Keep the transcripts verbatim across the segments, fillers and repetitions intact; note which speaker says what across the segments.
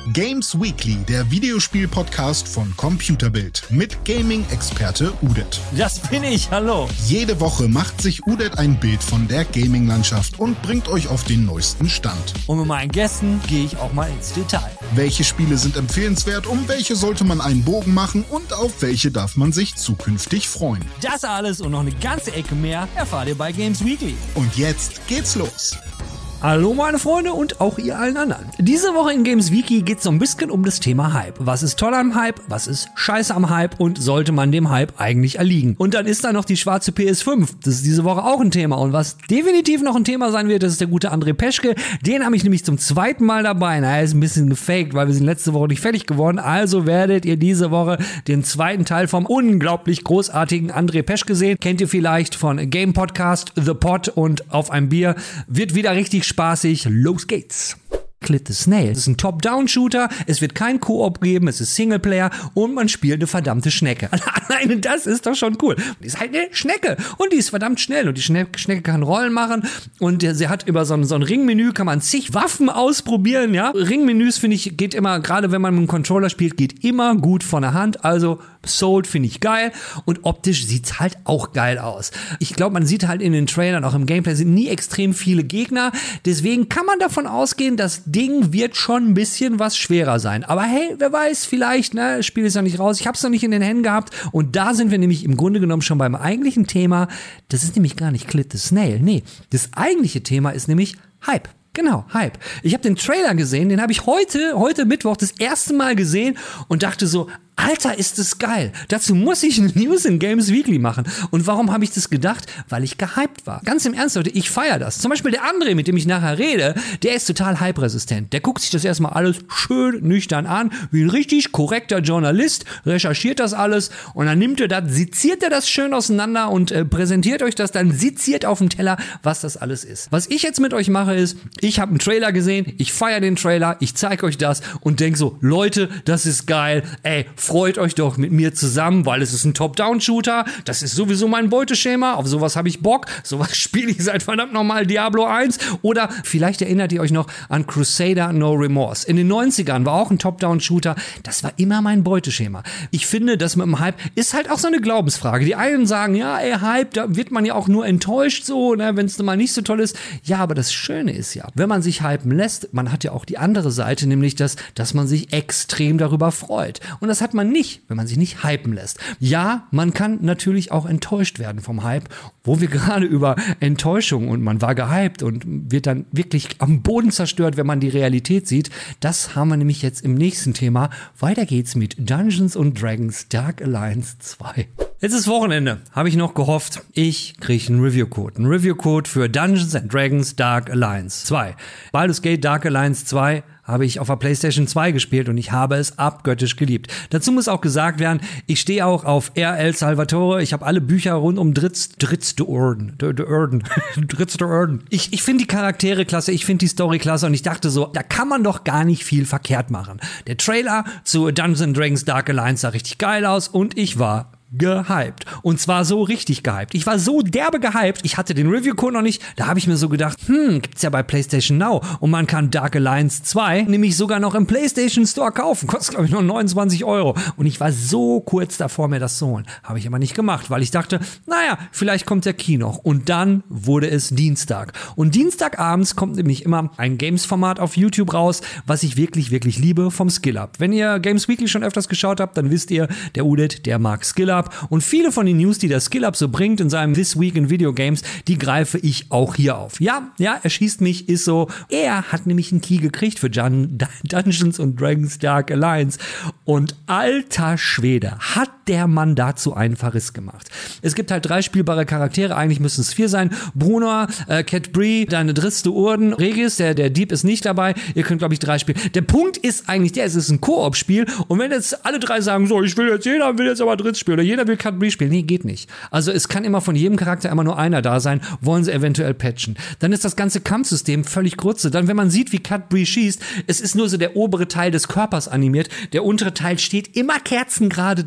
Speaker 1: Games Weekly, der Videospiel-Podcast von Computerbild mit Gaming-Experte Udet.
Speaker 2: Das bin ich, hallo.
Speaker 1: Jede Woche macht sich Udet ein Bild von der Gaming-Landschaft und bringt euch auf den neuesten Stand.
Speaker 2: Und mit meinen Gästen gehe ich auch mal ins Detail.
Speaker 1: Welche Spiele sind empfehlenswert, um welche sollte man einen Bogen machen und auf welche darf man sich zukünftig freuen?
Speaker 2: Das alles und noch eine ganze Ecke mehr erfahrt ihr bei Games Weekly.
Speaker 1: Und jetzt geht's los.
Speaker 2: Hallo meine Freunde und auch ihr allen anderen. Diese Woche in Games Weekly geht es so ein bisschen um das Thema Hype. Was ist toll am Hype? Was ist scheiße am Hype? Und sollte man dem Hype eigentlich erliegen? Und dann ist da noch die schwarze P S fünf. Das ist diese Woche auch ein Thema. Und was definitiv noch ein Thema sein wird, das ist der gute André Peschke. Den habe ich nämlich zum zweiten Mal dabei. Na, er ist ein bisschen gefaked, weil wir sind letzte Woche nicht fertig geworden. Also werdet ihr diese Woche den zweiten Teil vom unglaublich großartigen André Peschke sehen. Kennt ihr vielleicht von Game Podcast, The Pod und Auf ein Bier. Wird wieder richtig spaßig. Los geht's. Clit the Snail. Es ist ein Top-Down-Shooter, es wird kein Koop geben, es ist Singleplayer und man spielt eine verdammte Schnecke. Alleine das ist doch schon cool. Die ist halt eine Schnecke und die ist verdammt schnell und die Schnecke, Schnecke kann Rollen machen und sie hat über so ein, so ein Ringmenü, kann man zig Waffen ausprobieren, ja. Ringmenüs finde ich, geht immer, gerade wenn man mit dem Controller spielt, geht immer gut von der Hand, also Sold finde ich geil und optisch sieht's halt auch geil aus. Ich glaube, man sieht halt in den Trailern, auch im Gameplay sind nie extrem viele Gegner, deswegen kann man davon ausgehen, dass Ding wird schon ein bisschen was schwerer sein. Aber hey, wer weiß, vielleicht, ne, das Spiel ist noch nicht raus, ich hab's noch nicht in den Händen gehabt und da sind wir nämlich im Grunde genommen schon beim eigentlichen Thema. Das ist nämlich gar nicht Clit the Snail, nee, das eigentliche Thema ist nämlich Hype. Genau, Hype. Ich habe den Trailer gesehen, den habe ich heute, heute Mittwoch das erste Mal gesehen und dachte so, Alter, ist das geil. Dazu muss ich eine News in Games Weekly machen. Und warum habe ich das gedacht? Weil ich gehypt war. Ganz im Ernst, Leute, ich feiere das. Zum Beispiel der André, mit dem ich nachher rede, der ist total hype-resistent. Der guckt sich das erstmal alles schön nüchtern an, wie ein richtig korrekter Journalist, recherchiert das alles und dann nimmt er das, seziert er das schön auseinander und äh, präsentiert euch das dann seziert auf dem Teller, was das alles ist. Was ich jetzt mit euch mache ist, ich habe einen Trailer gesehen, ich feiere den Trailer, ich zeige euch das und denke so, Leute, das ist geil, ey, freut euch doch mit mir zusammen, weil es ist ein Top-Down-Shooter, das ist sowieso mein Beuteschema, auf sowas habe ich Bock, sowas spiele ich seit verdammt nochmal Diablo eins oder vielleicht erinnert ihr euch noch an Crusader No Remorse. In den neunzigern war auch ein Top-Down-Shooter, das war immer mein Beuteschema. Ich finde, das mit dem Hype ist halt auch so eine Glaubensfrage. Die einen sagen, ja, ey, Hype, da wird man ja auch nur enttäuscht so, ne, wenn es mal nicht so toll ist. Ja, aber das Schöne ist ja, wenn man sich hypen lässt, man hat ja auch die andere Seite, nämlich das, dass man sich extrem darüber freut. Und das hat man nicht, wenn man sich nicht hypen lässt. Ja, man kann natürlich auch enttäuscht werden vom Hype, wo wir gerade über Enttäuschung und man war gehypt und wird dann wirklich am Boden zerstört, wenn man die Realität sieht. Das haben wir nämlich jetzt im nächsten Thema. Weiter geht's mit Dungeons and Dragons Dark Alliance zwei. Jetzt ist Wochenende, habe ich noch gehofft, ich kriege einen Review-Code. Einen Review-Code für Dungeons and Dragons Dark Alliance zwei. Baldur's Gate Dark Alliance zwei habe ich auf der PlayStation zwei gespielt und ich habe es abgöttisch geliebt. Dazu muss auch gesagt werden, ich stehe auch auf R L Salvatore, ich habe alle Bücher rund um Dritz, Dritz de Orden, de, de Orden, Dritz de Orden. Ich, ich finde die Charaktere klasse, ich finde die Story klasse und ich dachte so, da kann man doch gar nicht viel verkehrt machen. Der Trailer zu Dungeons and Dragons Dark Alliance sah richtig geil aus und ich war gehypt. Und zwar so richtig gehypt. Ich war so derbe gehypt. Ich hatte den Review-Code noch nicht. Da habe ich mir so gedacht, hm, gibt's ja bei PlayStation Now. Und man kann Dark Alliance zwei nämlich sogar noch im PlayStation Store kaufen. Kostet, glaube ich, nur neunundzwanzig Euro. Und ich war so kurz davor, mir das zu holen. Habe ich aber nicht gemacht, weil ich dachte, naja, vielleicht kommt der Key noch. Und dann wurde es Dienstag. Und Dienstagabends kommt nämlich immer ein Games-Format auf YouTube raus, was ich wirklich, wirklich liebe, vom Skill-Up. Wenn ihr Games Weekly schon öfters geschaut habt, dann wisst ihr, der Udet, der mag Skill-Up. Und viele von den News, die der Skill-Up so bringt in seinem This Week in Video Games, die greife ich auch hier auf. Ja, ja, er schießt mich, ist so. Er hat nämlich einen Key gekriegt für Dun- Dungeons and Dragons Dark Alliance. Und alter Schwede, hat der Mann dazu einen Verriss gemacht. Es gibt halt drei spielbare Charaktere, eigentlich müssen es vier sein. Bruno, äh, Cat Bree, deine Dritzte Urden, Regis, der, der Dieb ist nicht dabei. Ihr könnt, glaube ich, drei spielen. Der Punkt ist eigentlich der, es ist ein Koop-Spiel. Und wenn jetzt alle drei sagen, so, ich will jetzt, jeder will jetzt aber Dritz spielen oder jeder will Cat Bree spielen. Nee, geht nicht. Also es kann immer von jedem Charakter immer nur einer da sein. Wollen sie eventuell patchen. Dann ist das ganze Kampfsystem völlig grütze. Dann, wenn man sieht, wie Cat Bree schießt, es ist nur so der obere Teil des Körpers animiert. Der untere Teil steht immer kerzengerade da.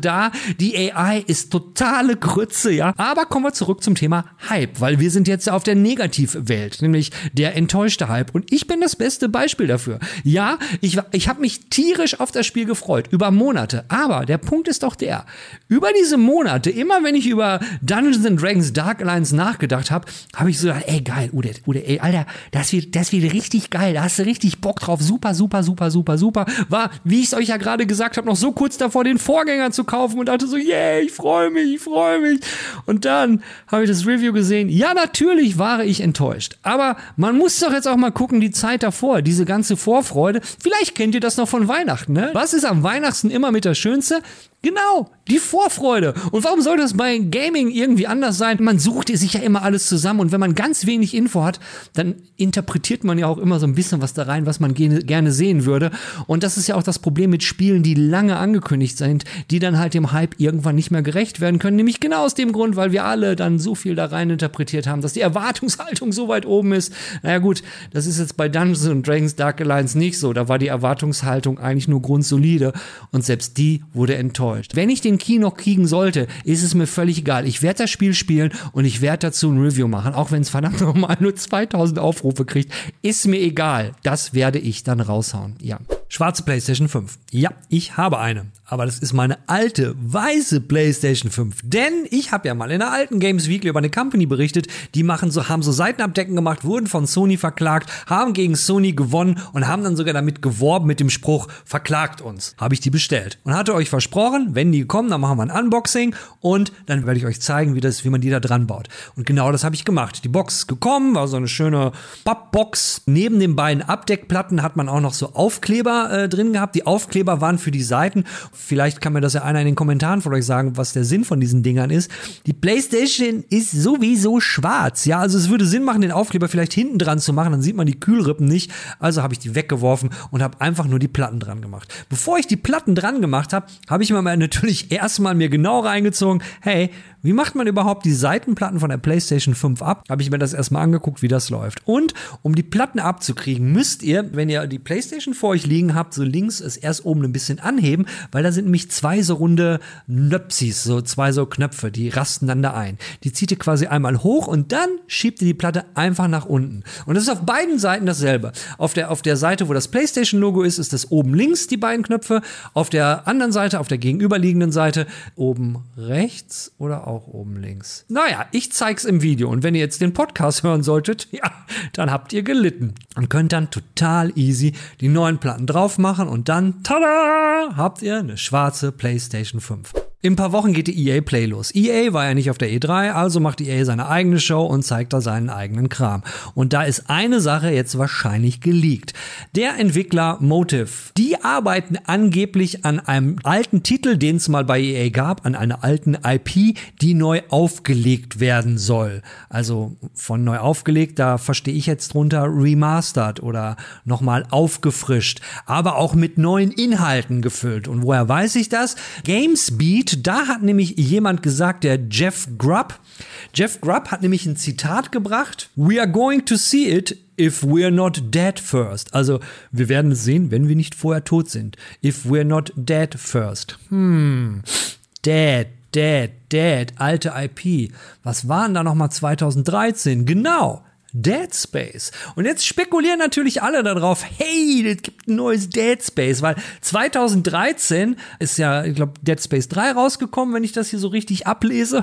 Speaker 2: die A I ist totale Grütze, ja. Aber kommen wir zurück zum Thema Hype, weil wir sind jetzt auf der Negativwelt, nämlich der enttäuschte Hype. Und ich bin das beste Beispiel dafür. Ja, ich, ich habe mich tierisch auf das Spiel gefreut, über Monate. Aber der Punkt ist doch der, über diese Monate, immer wenn ich über Dungeons and Dragons Dark Alliance nachgedacht habe, habe ich so gedacht, ey geil, Ude, Ude, ey, Alter, das wird, das wird richtig geil, da hast du richtig Bock drauf, super, super, super, super, super. War, wie ich es euch ja gerade gesagt habe, noch so kurz davor, den Vorgänger zu kaufen und dachte so, yeah, ich freue mich, ich freue mich. Und dann habe ich das Review gesehen. Ja, natürlich war ich enttäuscht. Aber man muss doch jetzt auch mal gucken, die Zeit davor, diese ganze Vorfreude. Vielleicht kennt ihr das noch von Weihnachten, ne? Was ist am Weihnachten immer mit das Schönste? Genau, die Vorfreude. Und warum soll das bei Gaming irgendwie anders sein? Man sucht sich ja immer alles zusammen und wenn man ganz wenig Info hat, dann interpretiert man ja auch immer so ein bisschen was da rein, was man gerne sehen würde. Und das ist ja auch das Problem mit Spielen, die lange angekündigt sind, die dann halt dem Hype irgendwann nicht mehr gerecht werden können. Nämlich genau aus dem Grund, weil wir alle dann so viel da rein interpretiert haben, dass die Erwartungshaltung so weit oben ist. Naja gut, das ist jetzt bei Dungeons and Dragons Dark Alliance nicht so. Da war die Erwartungshaltung eigentlich nur grundsolide und selbst die wurde enttäuscht. Wenn ich den Key noch kriegen sollte, ist es mir völlig egal. Ich werde das Spiel spielen und ich werde dazu ein Review machen, auch wenn es verdammt nochmal nur zweitausend Aufrufe kriegt. Ist mir egal. Das werde ich dann raushauen. Ja. Schwarze PlayStation fünf. Ja, ich habe eine. Aber das ist meine alte, weiße PlayStation fünf. Denn ich habe ja mal in der alten Games Weekly über eine Company berichtet, die machen so, haben so Seitenabdecken gemacht, wurden von Sony verklagt, haben gegen Sony gewonnen und haben dann sogar damit geworben mit dem Spruch, verklagt uns. Habe ich die bestellt. Und hatte euch versprochen, wenn die kommen, dann machen wir ein Unboxing und dann werde ich euch zeigen, wie, das, wie man die da dran baut. Und genau das habe ich gemacht. Die Box ist gekommen, war so eine schöne Pappbox. Neben den beiden Abdeckplatten hat man auch noch so Aufkleber äh, drin gehabt. Die Aufkleber waren für die Seiten. Vielleicht kann mir das ja einer in den Kommentaren von euch sagen, was der Sinn von diesen Dingern ist. Die PlayStation ist sowieso schwarz. Ja, also es würde Sinn machen, den Aufkleber vielleicht hinten dran zu machen, dann sieht man die Kühlrippen nicht. Also habe ich die weggeworfen und habe einfach nur die Platten dran gemacht. Bevor ich die Platten dran gemacht habe, habe ich mir mal natürlich erstmal mir genau reingezogen, hey, wie macht man überhaupt die Seitenplatten von der PlayStation fünf ab? Habe ich mir das erstmal angeguckt, wie das läuft. Und um die Platten abzukriegen, müsst ihr, wenn ihr die PlayStation vor euch liegen habt, so links es erst oben ein bisschen anheben, weil da sind nämlich zwei so runde Nöpsis, so zwei so Knöpfe, die rasten dann da ein. Die zieht ihr quasi einmal hoch und dann schiebt ihr die Platte einfach nach unten. Und das ist auf beiden Seiten dasselbe. Auf der, auf der Seite, wo das PlayStation-Logo ist, ist das oben links die beiden Knöpfe. Auf der anderen Seite, auf der gegenüberliegenden Seite, oben rechts oder auch oben links. Naja, ich zeig's im Video und wenn ihr jetzt den Podcast hören solltet, ja, dann habt ihr gelitten und könnt dann total easy die neuen Platten drauf machen und dann, tada, habt ihr eine schwarze PlayStation fünf. In ein paar Wochen geht die E A Play los. E A war ja nicht auf der E drei, also macht E A seine eigene Show und zeigt da seinen eigenen Kram. Und da ist eine Sache jetzt wahrscheinlich geleakt. Der Entwickler Motive, die arbeiten angeblich an einem alten Titel, den es mal bei E A gab, an einer alten I P, die neu aufgelegt werden soll. Also von neu aufgelegt, da verstehe ich jetzt drunter remastered oder nochmal aufgefrischt, aber auch mit neuen Inhalten gefüllt. Und woher weiß ich das? GamesBeat, da hat nämlich jemand gesagt, der Jeff Grubb. Jeff Grubb hat nämlich ein Zitat gebracht. We are going to see it if we're not dead first. Also, wir werden es sehen, wenn wir nicht vorher tot sind. If we're not dead first. Hm, dead, dead, dead, alte I P. Was waren da nochmal zweitausenddreizehn? Genau. Dead Space. Und jetzt spekulieren natürlich alle darauf, hey, es gibt ein neues Dead Space, weil zweitausenddreizehn ist ja, ich glaube, Dead Space drei rausgekommen, wenn ich das hier so richtig ablese.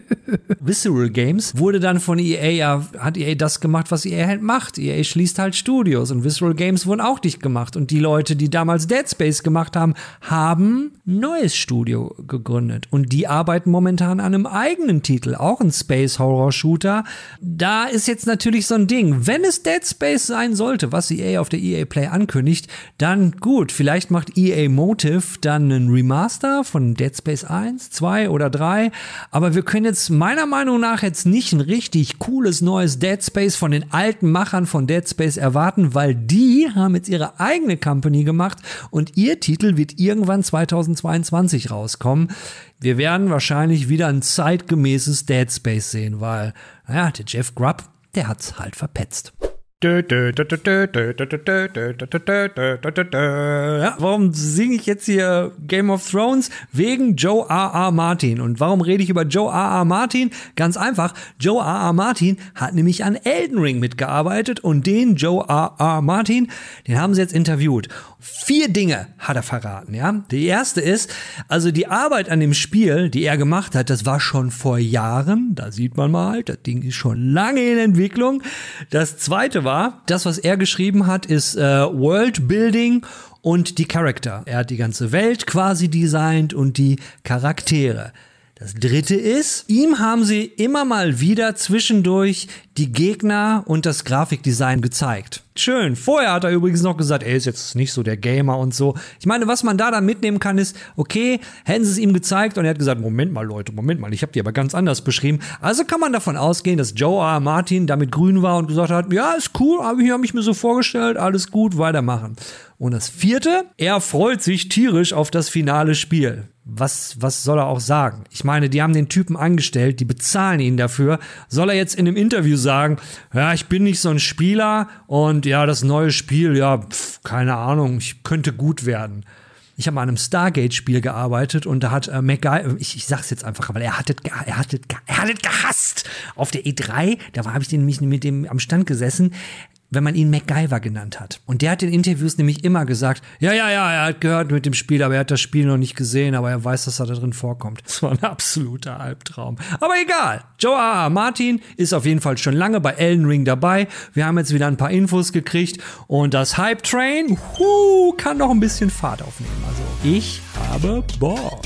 Speaker 2: Visceral Games wurde dann von E A, ja, hat E A das gemacht, was E A halt macht. E A schließt halt Studios und Visceral Games wurden auch dicht gemacht. Und die Leute, die damals Dead Space gemacht haben, haben ein neues Studio gegründet. Und die arbeiten momentan an einem eigenen Titel, auch ein Space-Horror-Shooter. Da ist jetzt natürlich so ein Ding. Wenn es Dead Space sein sollte, was E A auf der E A Play ankündigt, dann gut, vielleicht macht E A Motive dann einen Remaster von Dead Space eins, zwei oder drei, aber wir können jetzt meiner Meinung nach jetzt nicht ein richtig cooles neues Dead Space von den alten Machern von Dead Space erwarten, weil die haben jetzt ihre eigene Company gemacht und ihr Titel wird irgendwann zweitausendzweiundzwanzig rauskommen. Wir werden wahrscheinlich wieder ein zeitgemäßes Dead Space sehen, weil, naja, der Jeff Grubb, der hat's halt verpetzt. Ja, warum singe ich jetzt hier Game of Thrones? Wegen Joe R R. Martin. Und warum rede ich über Joe R R. Martin? Ganz einfach, Joe R R. Martin hat nämlich an Elden Ring mitgearbeitet und den Joe R R. Martin, den haben sie jetzt interviewt. Vier Dinge hat er verraten, ja. Die erste ist, also die Arbeit an dem Spiel, die er gemacht hat, das war schon vor Jahren. Da sieht man mal, das Ding ist schon lange in Entwicklung. Das zweite war, das, was er geschrieben hat, ist äh, Worldbuilding und die Charakter. Er hat die ganze Welt quasi designt und die Charaktere. Das dritte ist, ihm haben sie immer mal wieder zwischendurch die Gegner und das Grafikdesign gezeigt. Schön. Vorher hat er übrigens noch gesagt, er ist jetzt nicht so der Gamer und so. Ich meine, was man da dann mitnehmen kann, ist, okay, hätten sie es ihm gezeigt und er hat gesagt, Moment mal, Leute, Moment mal, ich habe die aber ganz anders beschrieben. Also kann man davon ausgehen, dass Joe R R. Martin damit grün war und gesagt hat, ja, ist cool, aber hier habe ich mir so vorgestellt, alles gut, weitermachen. Und das vierte, er freut sich tierisch auf das finale Spiel. Was, was soll er auch sagen? Ich meine, die haben den Typen angestellt, die bezahlen ihn dafür. Soll er jetzt in einem Interview sagen, ja, ich bin nicht so ein Spieler und ja, das neue Spiel, ja, pf, keine Ahnung, ich könnte gut werden. Ich habe mal an einem Stargate-Spiel gearbeitet und da hat äh, MacGyver, ich, ich sag's jetzt einfach, weil er hat es er hat er hat gehasst. Auf der E drei, da habe ich den nämlich mit dem am Stand gesessen, wenn man ihn MacGyver genannt hat. Und der hat in Interviews nämlich immer gesagt, ja, ja, ja, er hat gehört mit dem Spiel, aber er hat das Spiel noch nicht gesehen, aber er weiß, dass er da drin vorkommt. Das war ein absoluter Albtraum. Aber egal. Joe R R. Martin ist auf jeden Fall schon lange bei Elden Ring dabei. Wir haben jetzt wieder ein paar Infos gekriegt und das Hype Train uh, kann noch ein bisschen Fahrt aufnehmen. Also ich habe Bock.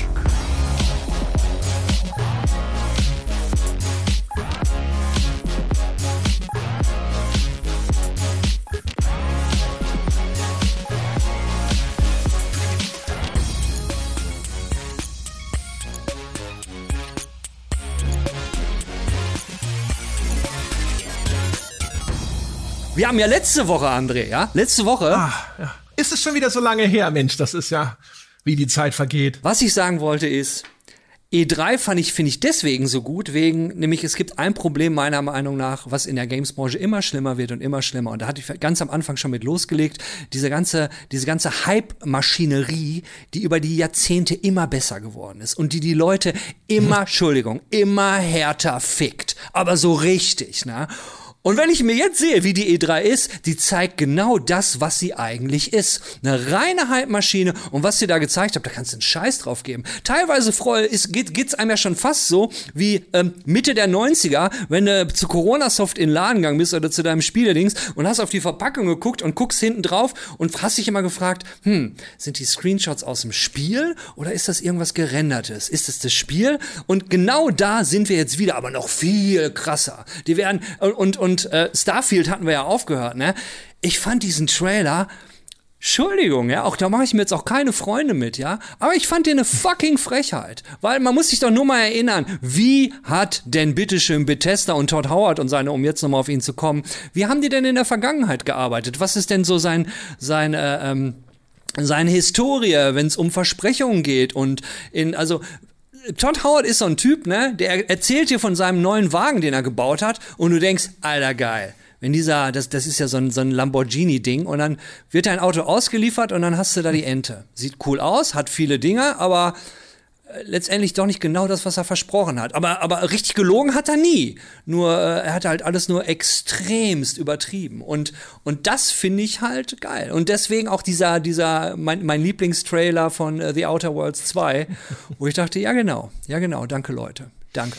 Speaker 2: Wir haben ja letzte Woche, André, ja? Letzte Woche.
Speaker 3: Ach, ja. Ist es schon wieder so lange her, Mensch? Das ist ja, wie die Zeit vergeht.
Speaker 2: Was ich sagen wollte ist, E drei fand ich, finde ich deswegen so gut, wegen, nämlich es gibt ein Problem meiner Meinung nach, was in der Games-Branche immer schlimmer wird und immer schlimmer. Und da hatte ich ganz am Anfang schon mit losgelegt, diese ganze, diese ganze Hype-Maschinerie, die über die Jahrzehnte immer besser geworden ist und die die Leute immer, Entschuldigung, immer härter fickt. Aber so richtig, ne? Und wenn ich mir jetzt sehe, wie die E drei ist, die zeigt genau das, was sie eigentlich ist. Eine reine Hype-Maschine. Und was sie da gezeigt hat, da kannst du einen Scheiß drauf geben. Teilweise freu, ist, geht, geht's einem ja schon fast so, wie ähm, Mitte der neunziger, wenn du zu Corona-Soft in den Laden gegangen bist oder zu deinem Spielerdings und hast auf die Verpackung geguckt und guckst hinten drauf und hast dich immer gefragt, hm, sind die Screenshots aus dem Spiel oder ist das irgendwas Gerendertes? Ist es das Spiel? Und genau da sind wir jetzt wieder, aber noch viel krasser. Die werden, und, und Und äh, Starfield hatten wir ja aufgehört, ne? Ich fand diesen Trailer, Entschuldigung, ja, auch da mache ich mir jetzt auch keine Freunde mit, ja? Aber ich fand den eine fucking Frechheit. Weil man muss sich doch nur mal erinnern, wie hat denn bitteschön Bethesda und Todd Howard und seine, um jetzt nochmal auf ihn zu kommen, wie haben die denn in der Vergangenheit gearbeitet? Was ist denn so sein, sein, äh, ähm, seine Historie, wenn es um Versprechungen geht und in, also Todd Howard ist so ein Typ, ne, der erzählt dir von seinem neuen Wagen, den er gebaut hat, und du denkst, Alter, geil. Wenn dieser, das, das ist ja so ein, so ein Lamborghini-Ding, und dann wird dein Auto ausgeliefert und dann hast du da die Ente. Sieht cool aus, hat viele Dinge, aber letztendlich doch nicht genau das, was er versprochen hat. Aber, aber richtig gelogen hat er nie. Nur, äh, er hat halt alles nur extremst übertrieben. Und, und das finde ich halt geil. Und deswegen auch dieser, dieser, mein, mein Lieblingstrailer von uh, The Outer Worlds zwei, wo ich dachte, ja genau, ja genau, danke Leute, danke.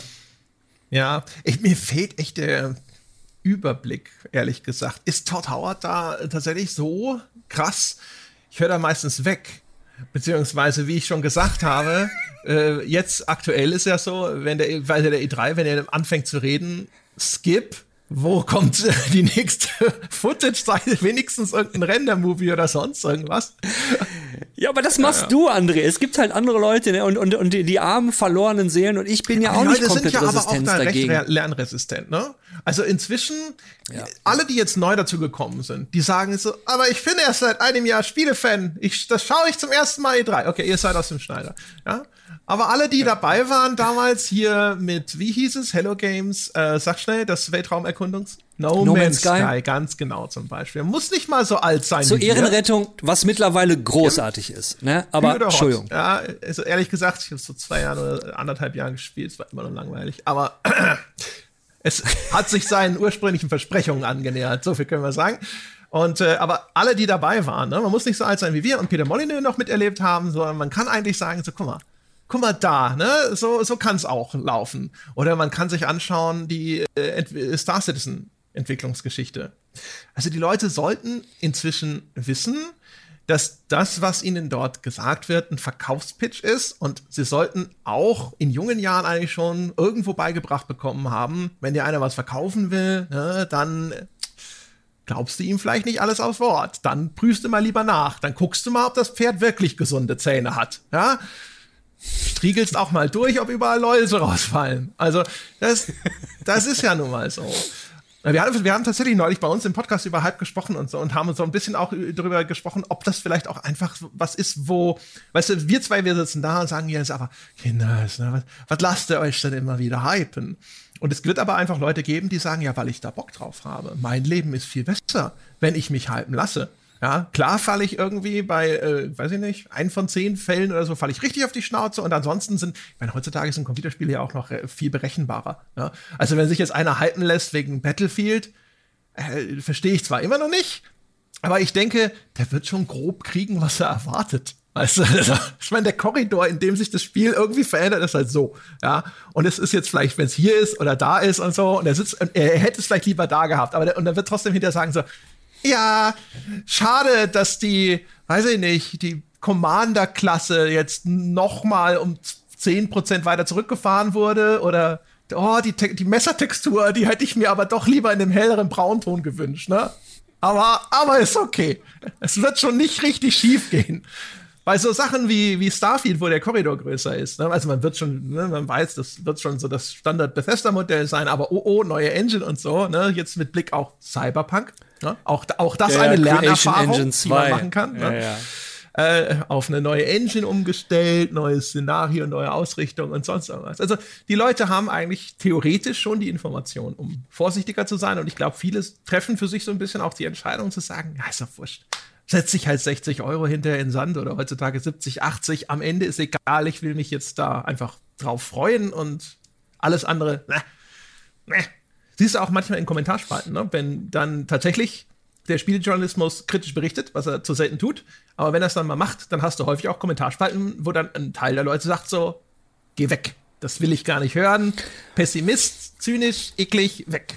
Speaker 3: Ja, ich, mir fehlt echt der Überblick, ehrlich gesagt. Ist Todd Howard da tatsächlich so krass? Ich höre da meistens weg. Beziehungsweise, wie ich schon gesagt habe, äh, jetzt aktuell ist ja so, wenn der, weil der E drei, wenn er anfängt zu reden, skip, wo kommt äh, die nächste Footage-Seite? Wenigstens irgendein Render-Movie oder sonst irgendwas.
Speaker 2: Ja, aber das machst ja, ja. du, André. Es gibt halt andere Leute, ne? und, und, und die, die armen, verlorenen Seelen, und ich bin ja auch nicht komplett resistent dagegen.
Speaker 3: Recht lernresistent, ne? Also inzwischen,
Speaker 2: Ja.
Speaker 3: alle, die jetzt neu dazu gekommen sind, die sagen so, aber ich bin erst seit einem Jahr Spielefan. Ich, das schaue ich zum ersten Mal E drei. Okay, ihr seid aus dem Schneider. Ja? Aber alle, die ja. dabei waren damals hier mit, wie hieß es, Hello Games, äh, sag schnell, das Weltraumerkundungs... No, no Man's Sky. Sky, ganz genau zum Beispiel. Muss nicht mal so alt sein.
Speaker 2: Zur
Speaker 3: wie
Speaker 2: Ehrenrettung, wir. was mittlerweile großartig ja. ist. Ne? Aber Entschuldigung.
Speaker 3: Ja, also ehrlich gesagt, ich habe es so zwei Jahre oder anderthalb Jahre gespielt, es war immer noch langweilig. Aber es hat sich seinen ursprünglichen Versprechungen angenähert, so viel können wir sagen. Und äh, aber alle, die dabei waren, ne? Man muss nicht so alt sein wie wir und Peter Molyneux noch miterlebt haben, sondern man kann eigentlich sagen, so guck mal, guck mal da, ne? So, so kann es auch laufen. Oder man kann sich anschauen, die äh, Star Citizen Entwicklungsgeschichte. Also die Leute sollten inzwischen wissen, dass das, was ihnen dort gesagt wird, ein Verkaufspitch ist und sie sollten auch in jungen Jahren eigentlich schon irgendwo beigebracht bekommen haben, wenn dir einer was verkaufen will, ne, dann glaubst du ihm vielleicht nicht alles aufs Wort. Dann prüfst du mal lieber nach. Dann guckst du mal, ob das Pferd wirklich gesunde Zähne hat. Ja? Striegelst auch mal durch, ob überall Läuse rausfallen. Also das, das ist ja nun mal so. Wir haben, wir haben tatsächlich neulich bei uns im Podcast über Hype gesprochen und so und haben so ein bisschen auch darüber gesprochen, ob das vielleicht auch einfach was ist, wo, weißt du, wir zwei, wir sitzen da und sagen jetzt aber, Kinder, was, was lasst ihr euch denn immer wieder hypen? Und es wird aber einfach Leute geben, die sagen, ja, weil ich da Bock drauf habe. Mein Leben ist viel besser, wenn ich mich hypen lasse. Ja, klar falle ich irgendwie bei, äh, weiß ich nicht, ein von zehn Fällen oder so, falle ich richtig auf die Schnauze und ansonsten sind, ich meine, heutzutage sind Computerspiele ja auch noch äh, viel berechenbarer. Ja? Also wenn sich jetzt einer hypen lässt wegen Battlefield, äh, verstehe ich zwar immer noch nicht, aber ich denke, der wird schon grob kriegen, was er erwartet. Weißt du, also, ich meine, der Korridor, in dem sich das Spiel irgendwie verändert, ist halt so, ja. Und es ist jetzt vielleicht, wenn es hier ist oder da ist und so, und er sitzt, und er hätte es vielleicht lieber da gehabt, aber der, und dann wird trotzdem hinterher sagen so, ja, schade, dass die, weiß ich nicht, die Commander-Klasse jetzt noch mal um zehn Prozent weiter zurückgefahren wurde oder oh, die, Te- die Messertextur, die hätte ich mir aber doch lieber in dem helleren Braunton gewünscht, ne? Aber, aber ist okay. Es wird schon nicht richtig schief gehen. Bei so Sachen wie, wie Starfield, wo der Korridor größer ist, ne? Also man wird schon, ne, man weiß, das wird schon so das Standard-Bethesda-Modell sein, aber oh, oh, neue Engine und so, ne? Jetzt mit Blick auf Cyberpunk. Ne? Auch, auch das ja, eine ja, Lernerfahrung, die man machen kann. Ja, ne? ja. Äh, auf eine neue Engine umgestellt, neues Szenario, neue Ausrichtung und sonst irgendwas. Also die Leute haben eigentlich theoretisch schon die Information, um vorsichtiger zu sein. Und ich glaube, viele treffen für sich so ein bisschen auch die Entscheidung zu sagen, ja, ist doch wurscht. Setz ich halt sechzig Euro hinterher in den Sand oder heutzutage siebzig, achtzig. Am Ende ist egal, ich will mich jetzt da einfach drauf freuen und alles andere, ne, ne. Siehst du auch manchmal in Kommentarspalten, ne? Wenn dann tatsächlich der Spielejournalismus kritisch berichtet, was er zu selten tut, aber wenn er es dann mal macht, dann hast du häufig auch Kommentarspalten, wo dann ein Teil der Leute sagt so, geh weg, das will ich gar nicht hören, Pessimist, zynisch, eklig, weg.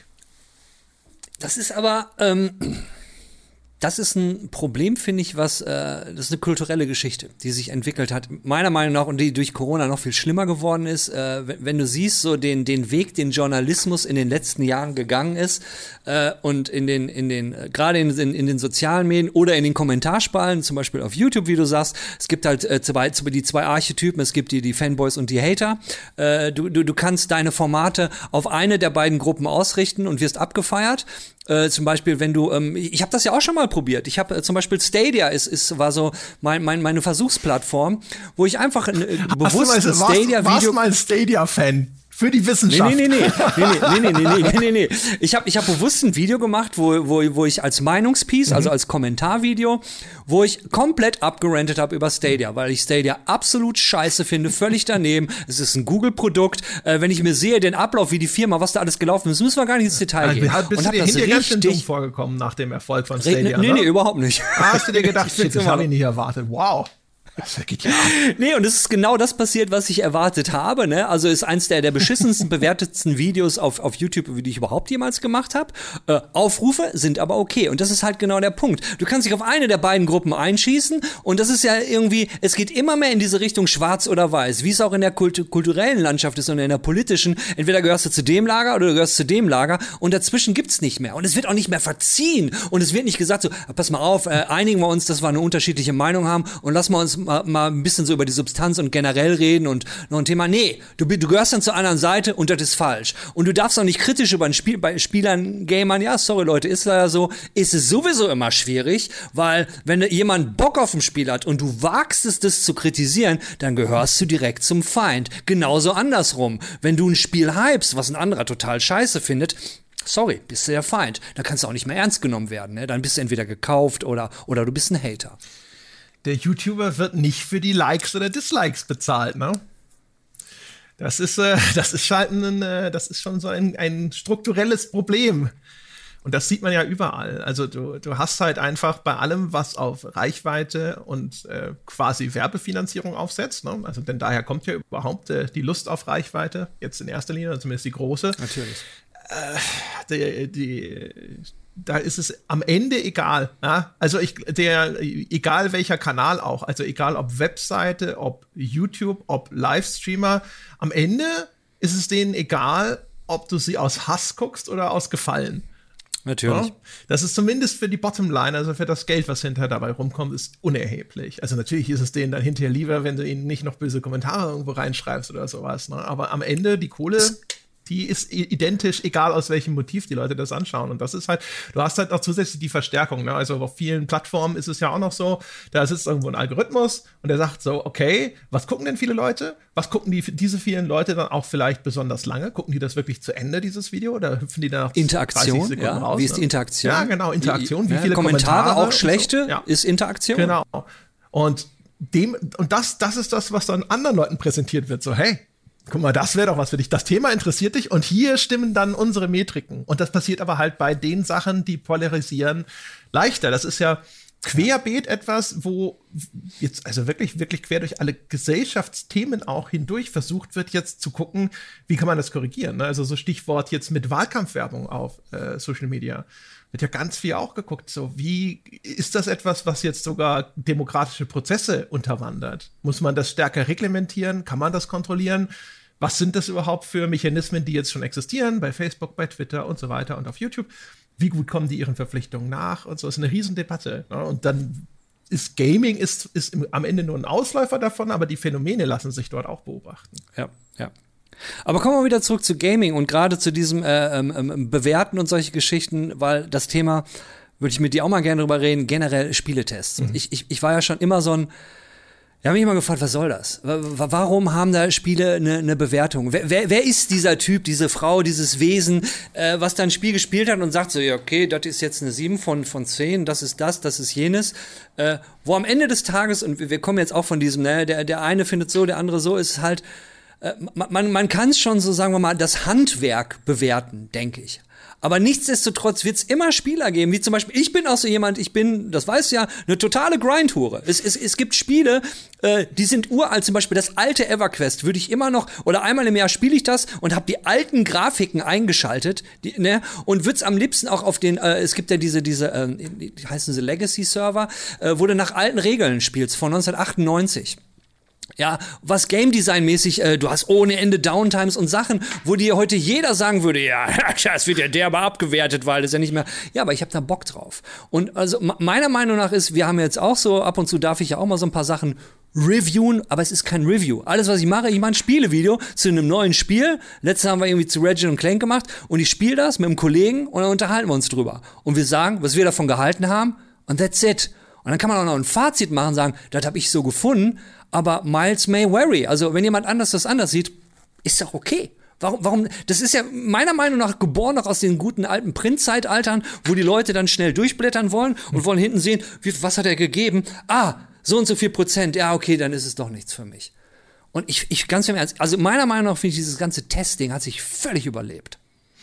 Speaker 2: Das ist aber, ähm, das ist ein Problem, finde ich, was, äh, das ist eine kulturelle Geschichte, die sich entwickelt hat, meiner Meinung nach, und die durch Corona noch viel schlimmer geworden ist. Äh, wenn, wenn du siehst, so den, den Weg, den Journalismus in den letzten Jahren gegangen ist, äh, und in den, in den, äh, gerade in, in, in den sozialen Medien oder in den Kommentarspalten, zum Beispiel auf YouTube, wie du sagst, es gibt halt äh, zwei, die zwei Archetypen, es gibt die, die Fanboys und die Hater. Äh, du, du, du kannst deine Formate auf eine der beiden Gruppen ausrichten und wirst abgefeiert. Äh, zum Beispiel, wenn du, ähm, ich habe das ja auch schon mal probiert. Ich habe äh, zum Beispiel Stadia ist, ist war so mein, mein, meine Versuchsplattform, wo ich einfach äh, bewusst ein Stadia-Video.
Speaker 3: Warst du mal ein Stadia-Fan? Für die Wissenschaft.
Speaker 2: Nee, nee, nee, nee, nee, nee, nee, nee, nee, nee. Ich habe ich hab bewusst ein Video gemacht, wo, wo, wo ich als Meinungspiece, mhm. also als Kommentarvideo, wo ich komplett abgerantet habe über Stadia, weil ich Stadia absolut scheiße finde, völlig daneben. Es ist ein Google-Produkt. Äh, wenn ich mir sehe, den Ablauf, wie die Firma, was da alles gelaufen ist, müssen wir gar nicht ins Detail gehen.
Speaker 3: Also, bist
Speaker 2: und
Speaker 3: du dir hinterher ganz schön dumm vorgekommen nach dem Erfolg von Stadia?
Speaker 2: Nee, nee, nee, überhaupt nicht.
Speaker 3: Ah, hast du dir gedacht, shit, das habe ich nicht erwartet. Wow. Das geht ja.
Speaker 2: Nee, und es ist genau das passiert, was ich erwartet habe, ne? Also ist eins der, der beschissensten, bewertetsten Videos auf, auf YouTube, die ich überhaupt jemals gemacht habe. Äh, Aufrufe sind aber okay. Und das ist halt genau der Punkt. Du kannst dich auf eine der beiden Gruppen einschießen und das ist ja irgendwie, es geht immer mehr in diese Richtung schwarz oder weiß, wie es auch in der Kult- kulturellen Landschaft ist und in der politischen. Entweder gehörst du zu dem Lager oder du gehörst zu dem Lager und dazwischen gibt's nicht mehr. Und es wird auch nicht mehr verziehen. Und es wird nicht gesagt so, pass mal auf, äh, einigen wir uns, dass wir eine unterschiedliche Meinung haben und lassen wir uns mal, mal ein bisschen so über die Substanz und generell reden und noch ein Thema. Nee, du, du gehörst dann zur anderen Seite und das ist falsch. Und du darfst auch nicht kritisch über ein Spiel, bei Spielern, Gamern, ja, sorry Leute, ist leider so, ist es sowieso immer schwierig, weil wenn jemand Bock auf ein Spiel hat und du wagst es, das zu kritisieren, dann gehörst du direkt zum Feind. Genauso andersrum. Wenn du ein Spiel hypst, was ein anderer total scheiße findet, sorry, bist du der Feind. Dann kannst du auch nicht mehr ernst genommen werden. Ne? Dann bist du entweder gekauft oder, oder du bist ein Hater.
Speaker 3: Der YouTuber wird nicht für die Likes oder Dislikes bezahlt, ne? Das ist, äh, das ist halt ein, äh, das ist schon so ein, ein strukturelles Problem. Und das sieht man ja überall. Also du, du hast halt einfach bei allem, was auf Reichweite und äh, quasi Werbefinanzierung aufsetzt, ne? Also denn daher kommt ja überhaupt äh, die Lust auf Reichweite, jetzt in erster Linie, zumindest die große.
Speaker 2: Natürlich.
Speaker 3: Äh, die, die, da ist es am Ende egal. Ja? Also ich, der, egal welcher Kanal auch, also egal ob Webseite, ob YouTube, ob Livestreamer, am Ende ist es denen egal, ob du sie aus Hass guckst oder aus Gefallen.
Speaker 2: Natürlich.
Speaker 3: Ja? Das ist zumindest für die Bottomline, also für das Geld, was hinterher dabei rumkommt, ist unerheblich. Also natürlich ist es denen dann hinterher lieber, wenn du ihnen nicht noch böse Kommentare irgendwo reinschreibst oder sowas. Ne? Aber am Ende die Kohle, die ist identisch, egal aus welchem Motiv die Leute das anschauen. Und das ist halt, du hast halt auch zusätzlich die Verstärkung. Ne? Also auf vielen Plattformen ist es ja auch noch so, da sitzt irgendwo ein Algorithmus und der sagt so, okay, was gucken denn viele Leute? Was gucken die, diese vielen Leute dann auch vielleicht besonders lange? Gucken die das wirklich zu Ende, dieses Video? Oder hüpfen die dann nach
Speaker 2: Interaktion,
Speaker 3: dreißig Sekunden
Speaker 2: ja.
Speaker 3: raus?
Speaker 2: Wie ist die
Speaker 3: Ne?
Speaker 2: Interaktion?
Speaker 3: Ja, genau, Interaktion. Wie
Speaker 2: ja,
Speaker 3: viele
Speaker 2: Kommentare,
Speaker 3: Kommentare
Speaker 2: auch schlechte,
Speaker 3: so? Ja.
Speaker 2: ist Interaktion.
Speaker 3: Genau. Und dem, und das, das ist das, was dann anderen Leuten präsentiert wird. So, hey, guck mal, das wäre doch was für dich. Das Thema interessiert dich und hier stimmen dann unsere Metriken. Und das passiert aber halt bei den Sachen, die polarisieren, leichter. Das ist ja querbeet etwas, wo jetzt also wirklich, wirklich quer durch alle Gesellschaftsthemen auch hindurch versucht wird, jetzt zu gucken, wie kann man das korrigieren. Ne? Also so Stichwort jetzt mit Wahlkampfwerbung auf äh, Social Media. Wird ja ganz viel auch geguckt, so wie ist das etwas, was jetzt sogar demokratische Prozesse unterwandert? Muss man das stärker reglementieren? Kann man das kontrollieren? Was sind das überhaupt für Mechanismen, die jetzt schon existieren bei Facebook, bei Twitter und so weiter und auf YouTube? Wie gut kommen die ihren Verpflichtungen nach? Und so ist eine Riesendebatte. Ne? Und dann ist Gaming ist, ist im, am Ende nur ein Ausläufer davon, aber die Phänomene lassen sich dort auch beobachten.
Speaker 2: Ja, ja. Aber kommen wir wieder zurück zu Gaming und gerade zu diesem äh, ähm, Bewerten und solche Geschichten, weil das Thema, würde ich mit dir auch mal gerne drüber reden, generell Spieletests. Mhm. Ich, ich, ich war ja schon immer so ein, ich habe mich immer gefragt, was soll das? Warum haben da Spiele eine, eine Bewertung? Wer, wer, wer ist dieser Typ, diese Frau, dieses Wesen, äh, was da ein Spiel gespielt hat und sagt so, ja, okay, das ist jetzt eine sieben von, von zehn, das ist das, das ist jenes. Äh, wo am Ende des Tages, und wir kommen jetzt auch von diesem, ne, der, der eine findet so, der andere so, ist halt, äh, man, man kann es schon so, sagen wir mal, das Handwerk bewerten, denke ich. Aber nichtsdestotrotz wird es immer Spieler geben, wie zum Beispiel, ich bin auch so jemand, ich bin, das weißt du ja, eine totale Grindhure. Es, es, es gibt Spiele, äh, die sind uralt, zum Beispiel das alte EverQuest würde ich immer noch, oder einmal im Jahr spiele ich das und habe die alten Grafiken eingeschaltet, die, ne, und würde es am liebsten auch auf den, äh, es gibt ja diese, diese, äh, die heißen sie Legacy-Server, äh, wo du nach alten Regeln spielst, von neunzehnhundertachtundneunzig. Ja, was Game Design mäßig, äh, du hast ohne Ende Downtimes und Sachen, wo dir heute jeder sagen würde, ja, das wird ja derbe abgewertet, weil das ja nicht mehr, ja, aber ich habe da Bock drauf. Und also meiner Meinung nach ist, wir haben jetzt auch so, ab und zu darf ich ja auch mal so ein paar Sachen reviewen, aber es ist kein Review. Alles, was ich mache, ich mache ein Spielevideo zu einem neuen Spiel. Letztes haben wir irgendwie zu Ratchet und Clank gemacht und ich spiele das mit einem Kollegen und dann unterhalten wir uns drüber. Und wir sagen, was wir davon gehalten haben und that's it. Und dann kann man auch noch ein Fazit machen und sagen, das habe ich so gefunden, aber Miles may vary. Also wenn jemand anders das anders sieht, ist doch okay. Warum, warum, das ist ja meiner Meinung nach geboren noch aus den guten alten Print-Zeitaltern, wo die Leute dann schnell durchblättern wollen und wollen hinten sehen, wie, was hat er gegeben? Ah, so und so viel Prozent. Ja, okay, dann ist es doch nichts für mich. Und ich, ich ganz im Ernst, also meiner Meinung nach finde ich, dieses ganze Testing hat sich völlig überlebt.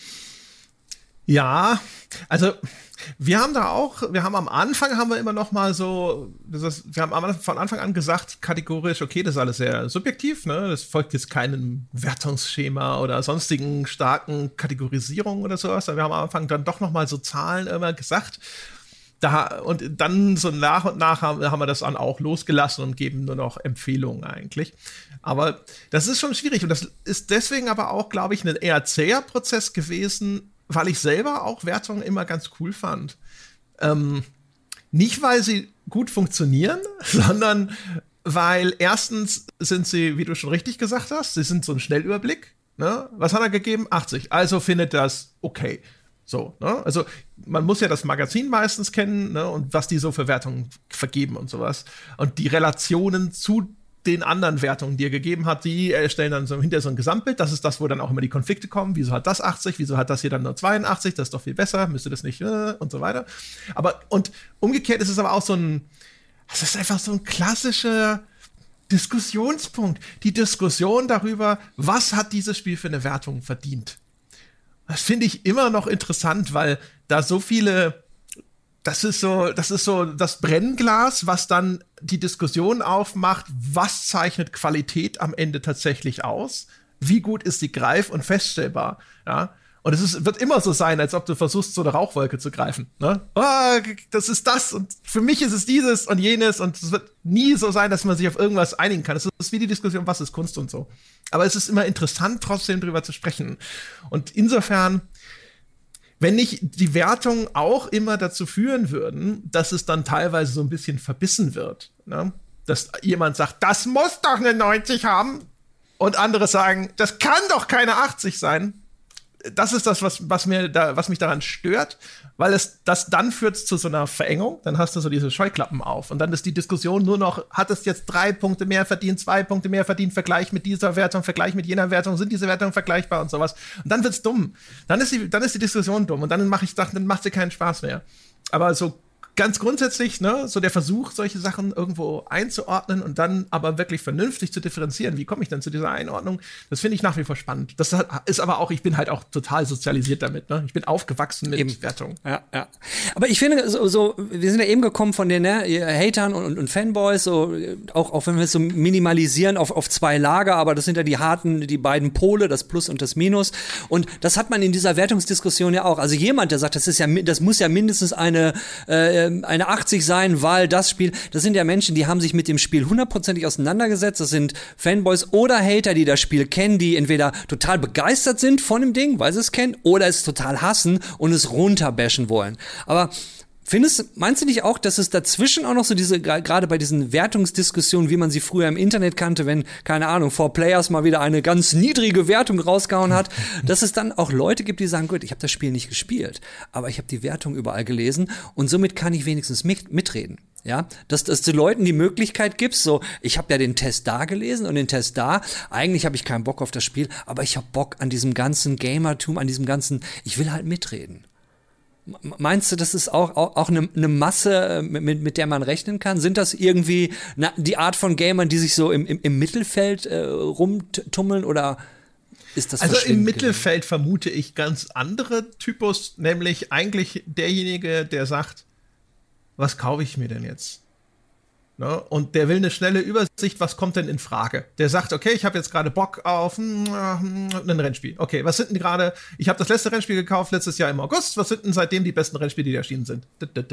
Speaker 3: Ja, also wir haben da auch, wir haben am Anfang haben wir immer noch mal so, das ist, wir haben von Anfang an gesagt, kategorisch, okay, das ist alles sehr subjektiv, ne? Das folgt jetzt keinem Wertungsschema oder sonstigen starken Kategorisierungen oder sowas. Wir haben am Anfang dann doch noch mal so Zahlen immer gesagt. Da, und dann so nach und nach haben, haben wir das dann auch losgelassen und geben nur noch Empfehlungen eigentlich. Aber das ist schon schwierig und das ist deswegen aber auch, glaube ich, ein eher zäher Prozess gewesen, weil ich selber auch Wertungen immer ganz cool fand. Ähm, nicht, weil sie gut funktionieren, sondern weil erstens sind sie, wie du schon richtig gesagt hast, sie sind so ein Schnellüberblick. Ne? Was hat er gegeben? achtzig. Also findet das okay. So, ne? Also man muss ja das Magazin meistens kennen, ne? Und was die so für Wertungen vergeben und sowas. Und die Relationen zu den anderen Wertungen, die er gegeben hat, die erstellen dann so hinter so ein Gesamtbild. Das ist das, wo dann auch immer die Konflikte kommen. Wieso hat das achtzig? Wieso hat das hier dann nur zweiundachtzig? Das ist doch viel besser. Müsste das nicht äh, und so weiter. Aber und umgekehrt ist es aber auch so ein, es ist einfach so ein klassischer Diskussionspunkt. Die Diskussion darüber, was hat dieses Spiel für eine Wertung verdient. Das finde ich immer noch interessant, weil da so viele, das ist so, das ist so das Brennglas, was dann die Diskussion aufmacht, was zeichnet Qualität am Ende tatsächlich aus? Wie gut ist sie greif- und feststellbar? Ja? Und es ist, wird immer so sein, als ob du versuchst, so eine Rauchwolke zu greifen. Ne? Oh, das ist das und für mich ist es dieses und jenes und es wird nie so sein, dass man sich auf irgendwas einigen kann. Es ist wie die Diskussion, was ist Kunst und so. Aber es ist immer interessant, trotzdem drüber zu sprechen. Und insofern, wenn nicht die Wertungen auch immer dazu führen würden, dass es dann teilweise so ein bisschen verbissen wird, ne? Dass jemand sagt, das muss doch eine neunzig haben und andere sagen, das kann doch keine achtzig sein. Das ist das, was, was, mir da, was mich daran stört, weil es das dann führt zu so einer Verengung. Dann hast du so diese Scheuklappen auf. Und dann ist die Diskussion nur noch, hat es jetzt drei Punkte mehr verdient, zwei Punkte mehr verdient, Vergleich mit dieser Wertung, Vergleich mit jener Wertung, sind diese Wertungen vergleichbar und sowas. Und dann wird's dumm. Dann ist die, dann ist die Diskussion dumm. Und dann mache ich, dann macht sie keinen Spaß mehr. Aber so ganz grundsätzlich, ne, so der Versuch, solche Sachen irgendwo einzuordnen und dann aber wirklich vernünftig zu differenzieren. Wie komme ich denn zu dieser Einordnung? Das finde ich nach wie vor spannend. Das ist aber auch, ich bin halt auch total sozialisiert damit, ne? Ich bin aufgewachsen mit eben. Wertung.
Speaker 2: Ja, ja. Aber ich finde, so, so, wir sind ja eben gekommen von den ne, Hatern und, und Fanboys, so, auch, auch wenn wir es so minimalisieren auf, auf zwei Lager, aber das sind ja die harten, die beiden Pole, das Plus und das Minus. Und das hat man in dieser Wertungsdiskussion ja auch. Also jemand, der sagt, das ist ja, das muss ja mindestens eine, äh, eine achtzig sein, weil das Spiel, das sind ja Menschen, die haben sich mit dem Spiel hundertprozentig auseinandergesetzt, das sind Fanboys oder Hater, die das Spiel kennen, die entweder total begeistert sind von dem Ding, weil sie es kennen, oder es total hassen und es runterbashen wollen. Aber findest, meinst du nicht auch, dass es dazwischen auch noch so diese, gerade bei diesen Wertungsdiskussionen, wie man sie früher im Internet kannte, wenn, keine Ahnung, four Players mal wieder eine ganz niedrige Wertung rausgehauen hat, dass es dann auch Leute gibt, die sagen, gut, ich habe das Spiel nicht gespielt, aber ich habe die Wertung überall gelesen und somit kann ich wenigstens mit, mitreden. Ja, dass, dass du Leuten die Möglichkeit gibst, so, ich habe ja den Test da gelesen und den Test da, eigentlich habe ich keinen Bock auf das Spiel, aber ich habe Bock an diesem ganzen Gamertum, an diesem ganzen, ich will halt mitreden. Meinst du, das ist auch, auch, auch eine, eine Masse, mit, mit der man rechnen kann? Sind das irgendwie na, die Art von Gamern, die sich so im, im, im Mittelfeld äh, rumtummeln oder ist das
Speaker 3: Also im
Speaker 2: Mittelfeld
Speaker 3: gering? Vermute ich ganz andere Typus, nämlich eigentlich derjenige, der sagt, was kaufe ich mir denn jetzt? Ne? Und der will eine schnelle Übersicht, was kommt denn in Frage? Der sagt, okay, ich habe jetzt gerade Bock auf mm, ein Rennspiel. Okay, was sind denn gerade, ich habe das letzte Rennspiel gekauft, letztes Jahr im August, was sind denn seitdem die besten Rennspiele, die erschienen sind?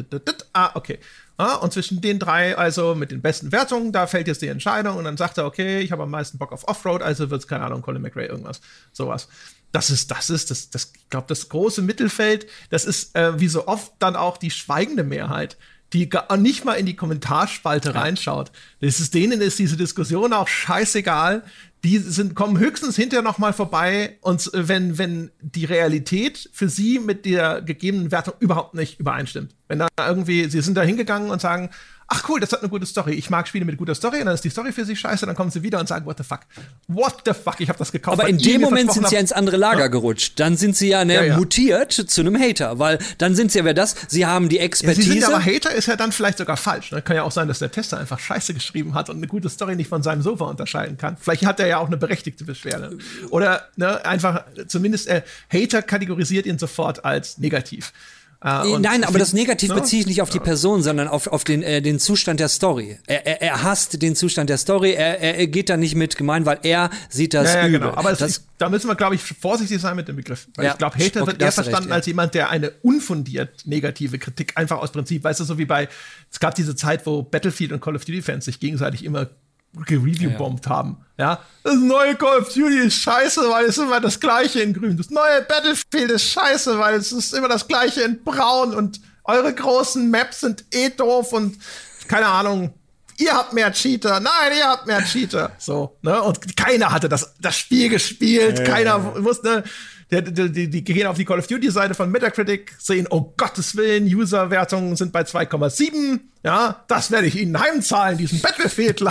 Speaker 3: Ah, okay. Ah, und zwischen den drei, also mit den besten Wertungen, da fällt jetzt die Entscheidung und dann sagt er, okay, ich habe am meisten Bock auf Offroad, also wird's, keine Ahnung, Colin McRae, irgendwas, sowas. Das ist, das ist, das, das, ich glaube, das große Mittelfeld, das ist äh, wie so oft dann auch die schweigende Mehrheit, die gar nicht mal in die Kommentarspalte ja. reinschaut. Das ist, denen ist diese Diskussion auch scheißegal. Die sind, kommen höchstens hinterher noch mal vorbei und wenn, wenn die Realität für sie mit der gegebenen Wertung überhaupt nicht übereinstimmt. Wenn da irgendwie, sie sind da hingegangen und sagen, ach cool, das hat eine gute Story. Ich mag Spiele mit guter Story und dann ist die Story für sie scheiße, dann kommen sie wieder und sagen, what the fuck? What the fuck? Ich habe das gekauft.
Speaker 2: Aber in dem Moment sind sie ja ins andere Lager ja. gerutscht. Dann sind sie ja, ne, ja, ja. mutiert zu einem Hater, weil dann sind sie ja wer das, sie haben die Expertise.
Speaker 3: Ja, sie sind aber Hater ist ja dann vielleicht sogar falsch. Ne? Kann ja auch sein, dass der Tester einfach scheiße geschrieben hat und eine gute Story nicht von seinem Sofa unterscheiden kann. Vielleicht hat er ja auch eine berechtigte Beschwerde. Oder ne, einfach zumindest äh, Hater kategorisiert ihn sofort als negativ.
Speaker 2: Äh, Nein, aber das Negativ ne? beziehe ich nicht auf die Person, sondern auf, auf den, äh, den Zustand der Story. Er, er, er hasst den Zustand der Story, er, er geht da nicht mit gemein, weil er sieht das
Speaker 3: ja, ja,
Speaker 2: übel.
Speaker 3: Genau. Aber
Speaker 2: das,
Speaker 3: ist, da müssen wir, glaube ich, vorsichtig sein mit dem Begriff. Weil
Speaker 2: ja,
Speaker 3: ich glaube, Hater
Speaker 2: okay,
Speaker 3: wird eher verstanden
Speaker 2: recht, ja.
Speaker 3: als jemand, der eine unfundiert negative Kritik einfach aus Prinzip, weißt du, so wie bei, es gab diese Zeit, wo Battlefield und Call of Duty-Fans sich gegenseitig immer gereview-bombt ja, ja. haben. Ja, das neue Call of Duty ist scheiße, weil es immer das Gleiche in grün. Das neue Battlefield ist scheiße, weil es ist immer das Gleiche in braun und eure großen Maps sind eh doof und keine Ahnung, ihr habt mehr Cheater, nein, ihr habt mehr Cheater. So, ne? Und keiner hatte das, das Spiel gespielt, ja, keiner ja. wusste, die, die, die gehen auf die Call of Duty-Seite von Metacritic, sehen, oh Gottes Willen, User-Wertungen sind bei zwei Komma sieben, ja, das werde ich ihnen heimzahlen, diesen Battlefield.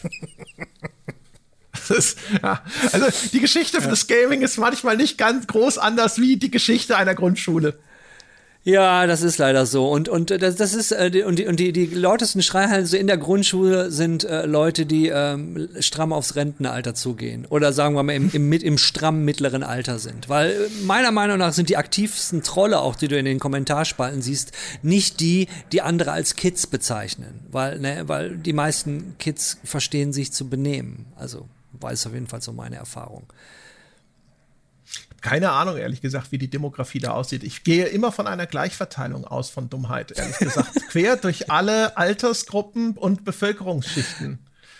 Speaker 3: Ist, ja, also die Geschichte ja. des Gaming ist manchmal nicht ganz groß anders wie die Geschichte einer Grundschule.
Speaker 2: Ja, das ist leider so. Und und das, das ist äh, die, und die und die die lautesten Schreihallen so in der Grundschule sind äh, Leute, die ähm, stramm aufs Rentenalter zugehen oder sagen wir mal im im, mit, im stramm mittleren Alter sind, weil äh, meiner Meinung nach sind die aktivsten Trolle, auch die du in den Kommentarspalten siehst, nicht die, die andere als Kids bezeichnen, weil ne, weil die meisten Kids verstehen sich zu benehmen. Also war es auf jeden Fall so meine Erfahrung.
Speaker 3: Keine Ahnung, ehrlich gesagt, wie die Demografie da aussieht. Ich gehe immer von einer Gleichverteilung aus von Dummheit, ehrlich gesagt. Quer durch alle Altersgruppen und Bevölkerungsschichten.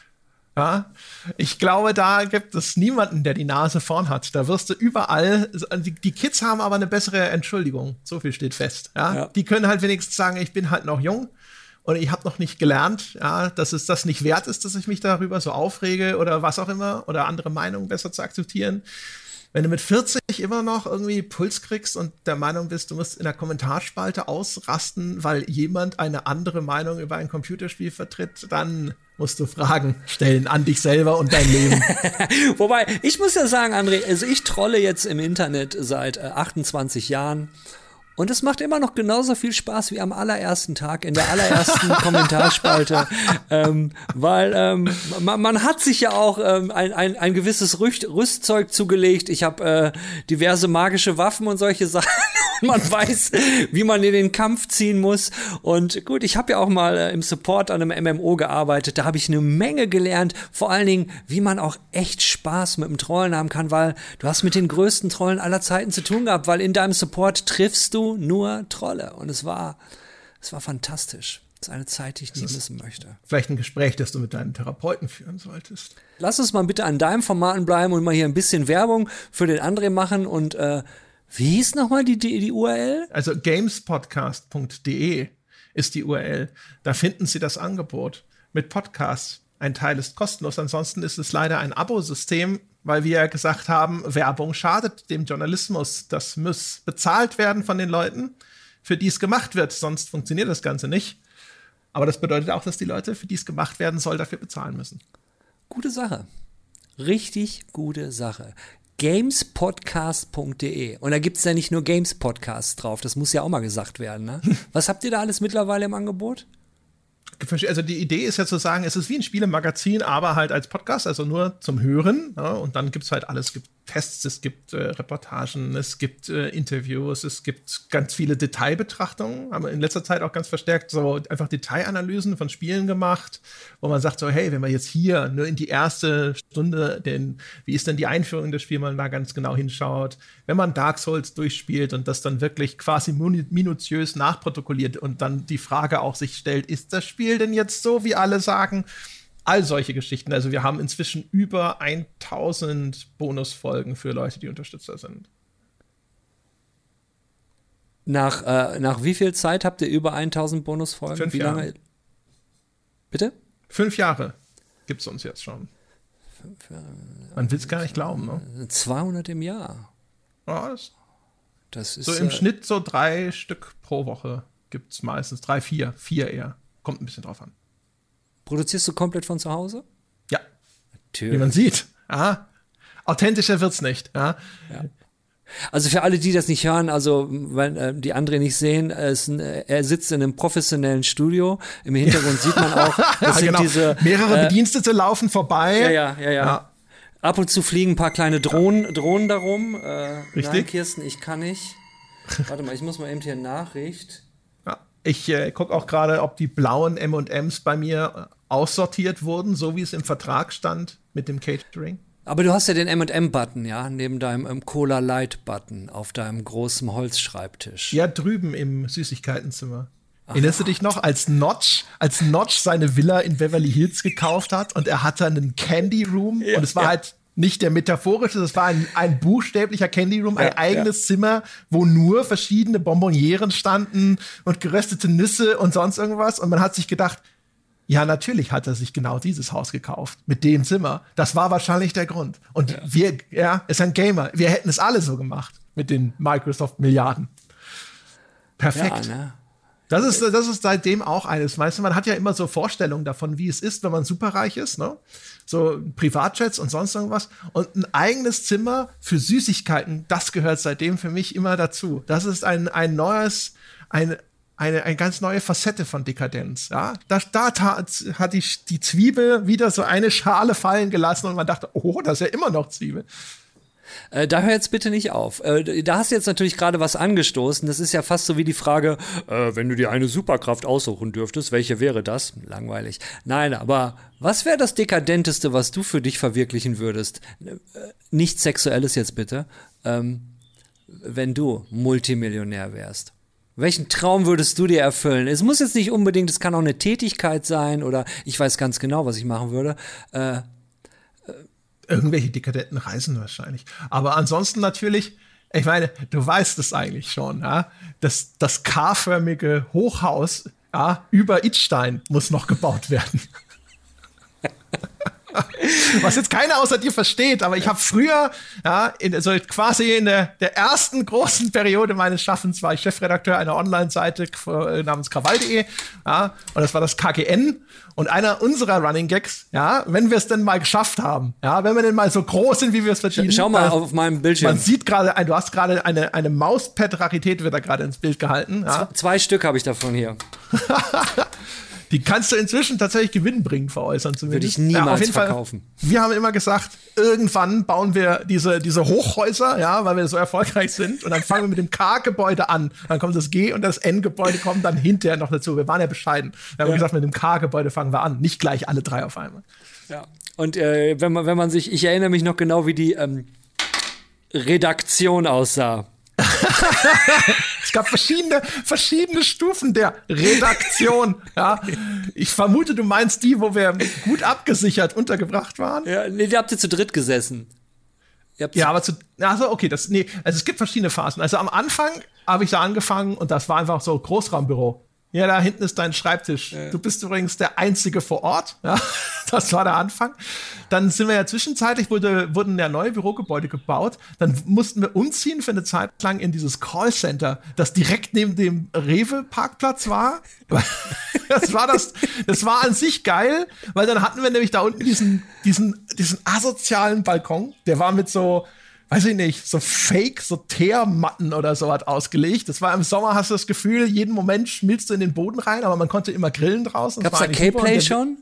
Speaker 3: Ja, ich glaube, da gibt es niemanden, der die Nase vorn hat. Da wirst du überall, die, die Kids haben aber eine bessere Entschuldigung. So viel steht fest. Ja? Ja. Die können halt wenigstens sagen, ich bin halt noch jung. Und ich habe noch nicht gelernt, ja, dass es das nicht wert ist, dass ich mich darüber so aufrege oder was auch immer oder andere Meinungen besser zu akzeptieren. Wenn du mit vierzig immer noch irgendwie Puls kriegst und der Meinung bist, du musst in der Kommentarspalte ausrasten, weil jemand eine andere Meinung über ein Computerspiel vertritt, dann musst du Fragen stellen an dich selber und dein Leben.
Speaker 2: Wobei, ich muss ja sagen, André, also ich trolle jetzt im Internet seit äh, achtundzwanzig Jahren. Und es macht immer noch genauso viel Spaß wie am allerersten Tag in der allerersten Kommentarspalte, ähm, weil ähm, man, man hat sich ja auch ähm, ein, ein, ein gewisses Rüst, Rüstzeug zugelegt. Ich habe äh, diverse magische Waffen und solche Sachen. Man weiß, wie man in den Kampf ziehen muss. Und gut, ich habe ja auch mal äh, im Support an einem M M O gearbeitet. Da habe ich eine Menge gelernt. Vor allen Dingen, wie man auch echt Spaß mit dem Trollen haben kann, weil du hast mit den größten Trollen aller Zeiten zu tun gehabt, weil in deinem Support triffst du nur Trolle. Und es war, es war fantastisch. Das ist eine Zeit, die ich nicht missen möchte.
Speaker 3: Vielleicht ein Gespräch, das du mit deinem Therapeuten führen solltest.
Speaker 2: Lass uns mal bitte an deinem Formaten bleiben und mal hier ein bisschen Werbung für den André machen. Und äh, wie hieß nochmal die, die, die U R L?
Speaker 3: Also gamespodcast punkt de ist die U R L. Da finden Sie das Angebot mit Podcasts. Ein Teil ist kostenlos, ansonsten ist es leider ein Abosystem, weil wir ja gesagt haben, Werbung schadet dem Journalismus. Das muss bezahlt werden von den Leuten, für die es gemacht wird, sonst funktioniert das Ganze nicht. Aber das bedeutet auch, dass die Leute, für die es gemacht werden soll, dafür bezahlen müssen.
Speaker 2: Gute Sache. Richtig gute Sache. gamespodcast punkt de. Und da gibt es ja nicht nur Games-Podcasts drauf, das muss ja auch mal gesagt werden. Ne? Was habt ihr da alles mittlerweile im Angebot?
Speaker 3: Also die Idee ist ja zu sagen, es ist wie ein Spielemagazin, aber halt als Podcast, also nur zum Hören. Ja, und dann gibt's halt alles. Es gibt Tests, es gibt äh, Reportagen, es gibt äh, Interviews, es gibt ganz viele Detailbetrachtungen. Haben wir in letzter Zeit auch ganz verstärkt so einfach Detailanalysen von Spielen gemacht, wo man sagt so, hey, wenn man jetzt hier nur in die erste Stunde, den, wie ist denn die Einführung in das Spiel, man da ganz genau hinschaut. Wenn man Dark Souls durchspielt und das dann wirklich quasi minutiös nachprotokolliert und dann die Frage auch sich stellt, ist das Spiel denn jetzt so, wie alle sagen? All solche Geschichten. Also wir haben inzwischen über tausend Bonusfolgen für Leute, die Unterstützer sind.
Speaker 2: Nach, äh, nach wie viel Zeit habt ihr über tausend Bonusfolgen?
Speaker 3: Fünf
Speaker 2: wie
Speaker 3: Jahre.
Speaker 2: Lange? Bitte?
Speaker 3: Fünf Jahre gibt es uns jetzt schon.
Speaker 2: Fünf Jahre.
Speaker 3: Man will es gar nicht glauben, ne?
Speaker 2: zweihundert im Jahr.
Speaker 3: Ja, das,
Speaker 2: das ist
Speaker 3: so im
Speaker 2: äh,
Speaker 3: Schnitt so drei Stück pro Woche gibt es meistens. Drei, vier. Vier eher. Kommt ein bisschen drauf an.
Speaker 2: Produzierst du komplett von zu Hause?
Speaker 3: Ja.
Speaker 2: Natürlich.
Speaker 3: Wie man sieht. Ja. Authentischer wird's nicht. Ja.
Speaker 2: Ja. Also für alle, die das nicht hören, also weil äh, die André nicht sehen, äh, ist ein, äh, er sitzt in einem professionellen Studio. Im Hintergrund sieht man auch, das
Speaker 3: ja,
Speaker 2: sind
Speaker 3: genau.
Speaker 2: diese
Speaker 3: mehrere
Speaker 2: äh,
Speaker 3: Bedienstete laufen vorbei.
Speaker 2: Ja, ja, ja, ja. ja. Ab und zu fliegen ein paar kleine Drohnen, Drohnen darum. Äh,
Speaker 3: Richtig.
Speaker 2: Nein, Kirsten, ich kann nicht. Warte mal, ich muss mal eben hier Nachricht.
Speaker 3: Ja. Ich äh, gucke auch gerade, ob die blauen M und M's bei mir aussortiert wurden, so wie es im Vertrag stand mit dem Catering.
Speaker 2: Aber du hast ja den M und M-Button, ja, neben deinem ähm, Cola-Light-Button auf deinem großen Holzschreibtisch.
Speaker 3: Ja, drüben im Süßigkeitenzimmer. Ach, Erinnerst du dich noch, als Notch, als Notch seine Villa in Beverly Hills gekauft hat und er hatte einen Candy Room ja, und es war ja. halt nicht der metaphorische, das war ein, ein buchstäblicher Candy Room, ein ja, eigenes ja. Zimmer, wo nur verschiedene Bonbonieren standen und geröstete Nüsse und sonst irgendwas und man hat sich gedacht, Ja, natürlich hat er sich genau dieses Haus gekauft. Mit dem Zimmer. Das war wahrscheinlich der Grund. Und ja. wir, ja, ist ein Gamer. Wir hätten es alle so gemacht. Mit den Microsoft-Milliarden. Perfekt.
Speaker 2: Ja, ne?
Speaker 3: Das ist, das ist seitdem auch eines. Weißt du, man hat ja immer so Vorstellungen davon, wie es ist, wenn man superreich ist, ne? So Privatjets und sonst irgendwas. Und ein eigenes Zimmer für Süßigkeiten, das gehört seitdem für mich immer dazu. Das ist ein, ein neues, ein, eine, eine ganz neue Facette von Dekadenz. Ja? Da, da tat, hat die, die Zwiebel wieder so eine Schale fallen gelassen und man dachte, oh, das ist ja immer noch Zwiebel.
Speaker 2: Äh, da hör jetzt bitte nicht auf. Äh, da hast du jetzt natürlich gerade was angestoßen. Das ist ja fast so wie die Frage, äh, wenn du dir eine Superkraft aussuchen dürftest, welche wäre das? Langweilig. Nein, aber was wäre das Dekadenteste, was du für dich verwirklichen würdest? Äh, nichts Sexuelles jetzt bitte. Ähm, wenn du Multimillionär wärst. Welchen Traum würdest du dir erfüllen? Es muss jetzt nicht unbedingt, es kann auch eine Tätigkeit sein oder ich weiß ganz genau, was ich machen würde. Äh,
Speaker 3: Irgendwelche dekadenten Reisen wahrscheinlich. Aber ansonsten natürlich, ich meine, du weißt es eigentlich schon, ja? Das, das K-förmige Hochhaus ja, über Idstein muss noch gebaut werden. Was jetzt keiner außer dir versteht, aber ich habe früher, ja, in, also quasi in der, der ersten großen Periode meines Schaffens war ich Chefredakteur einer Online-Seite namens krawall punkt de, ja, und das war das K G N. Und einer unserer Running Gags, ja, wenn wir es denn mal geschafft haben, ja, wenn wir denn mal so groß sind, wie wir es verdienen.
Speaker 2: Schau mal
Speaker 3: äh,
Speaker 2: auf meinem Bildschirm.
Speaker 3: Man sieht gerade, du hast gerade eine, eine Mauspad-Rarität, wird da gerade ins Bild gehalten. Ja.
Speaker 2: Z- zwei Stück habe ich davon hier.
Speaker 3: Die kannst du inzwischen tatsächlich gewinnbringend veräußern zumindest.
Speaker 2: Würde ich niemals
Speaker 3: ja, auf jeden
Speaker 2: verkaufen.
Speaker 3: Fall, wir haben immer gesagt, irgendwann bauen wir diese, diese Hochhäuser, ja, weil wir so erfolgreich sind. Und dann fangen wir mit dem K-Gebäude an. Dann kommt das G- und das N-Gebäude kommen dann hinterher noch dazu. Wir waren ja bescheiden. Wir haben ja. gesagt, mit dem K-Gebäude fangen wir an. Nicht gleich alle drei auf einmal.
Speaker 2: Ja. Und äh, wenn man, wenn man sich, ich erinnere mich noch genau, wie die ähm, Redaktion aussah.
Speaker 3: Es gab verschiedene, verschiedene Stufen der Redaktion. Ja. Ich vermute, du meinst die, wo wir gut abgesichert untergebracht waren.
Speaker 2: Ja, nee, da habt ihr zu dritt gesessen.
Speaker 3: Ihr habt ja, aber zu, also okay, das, nee, also es gibt verschiedene Phasen. Also am Anfang habe ich da angefangen und das war einfach so Großraumbüro. Ja, da hinten ist dein Schreibtisch. Ja. Du bist übrigens der Einzige vor Ort. Ja, das war der Anfang. Dann sind wir ja zwischenzeitlich, wurde, wurden ja neue Bürogebäude gebaut. Dann mussten wir umziehen für eine Zeit lang in dieses Callcenter, das direkt neben dem Rewe-Parkplatz war. Das war das, das war an sich geil, weil dann hatten wir nämlich da unten diesen, diesen, diesen asozialen Balkon. Der war mit so, weiß ich nicht, so Fake, so Teermatten oder so hat ausgelegt. Das war im Sommer, hast du das Gefühl, jeden Moment schmilzt du in den Boden rein, aber man konnte immer grillen draußen.
Speaker 2: Gab's da K-Play schon?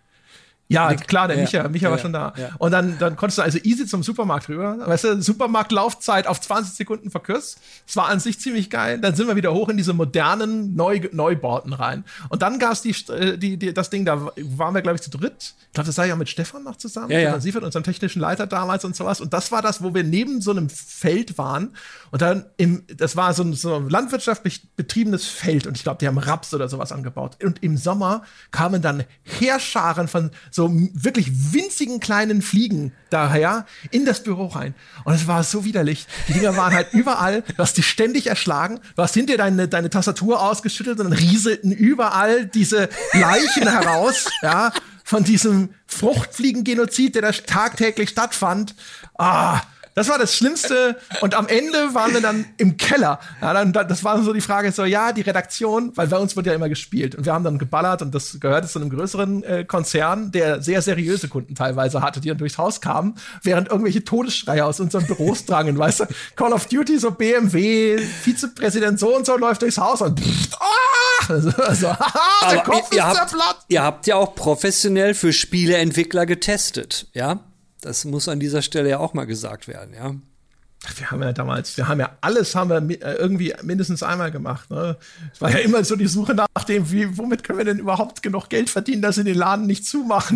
Speaker 3: Ja, klar, der
Speaker 2: ja.
Speaker 3: Micha, Micha
Speaker 2: ja,
Speaker 3: war schon da.
Speaker 2: Ja.
Speaker 3: Und dann, dann konntest du also easy zum Supermarkt rüber. Weißt du, Supermarktlaufzeit auf zwanzig Sekunden verkürzt. Das war an sich ziemlich geil. Dann sind wir wieder hoch in diese modernen Neu Neubauten rein. Und dann gab's die, die, die, das Ding, da waren wir, glaube ich, zu dritt. Ich glaube, das war ja mit Stefan noch zusammen.
Speaker 2: Ja, ja.
Speaker 3: Siefert, unserem technischen Leiter damals und sowas. Und das war das, wo wir neben so einem Feld waren. Und dann, im, das war so ein, so ein landwirtschaftlich betriebenes Feld. Und ich glaube, die haben Raps oder sowas angebaut. Und im Sommer kamen dann Heerscharen von so wirklich winzigen kleinen Fliegen daher in das Büro rein. Und es war so widerlich. Die Dinger waren halt überall. Du hast die ständig erschlagen. Du hast hinter deine, deine Tastatur ausgeschüttelt und dann rieselten überall diese Leichen heraus, ja, von diesem Fruchtfliegengenozid, der da tagtäglich stattfand. Ah, das war das Schlimmste. Und am Ende waren wir dann im Keller. Ja, dann, das war so die Frage, so, ja, die Redaktion, weil bei uns wird ja immer gespielt. Und wir haben dann geballert und das gehörte zu einem größeren äh, Konzern, der sehr seriöse Kunden teilweise hatte, die dann durchs Haus kamen, während irgendwelche Todesschreie aus unseren Büros drangen, weißt du? Call of Duty, so B M W, Vizepräsident so und so läuft durchs Haus und pff, ah! Also, also, haha, der Kopf
Speaker 2: ihr, ihr
Speaker 3: ist
Speaker 2: habt,
Speaker 3: zerplatzt.
Speaker 2: Ihr habt ja auch professionell für Spieleentwickler getestet, ja? Das muss an dieser Stelle ja auch mal gesagt werden, ja.
Speaker 3: Wir haben ja damals, wir haben ja alles haben wir irgendwie mindestens einmal gemacht. Ne? Es war ja immer so die Suche nach dem, wie, womit können wir denn überhaupt genug Geld verdienen, dass sie den Laden nicht zumachen.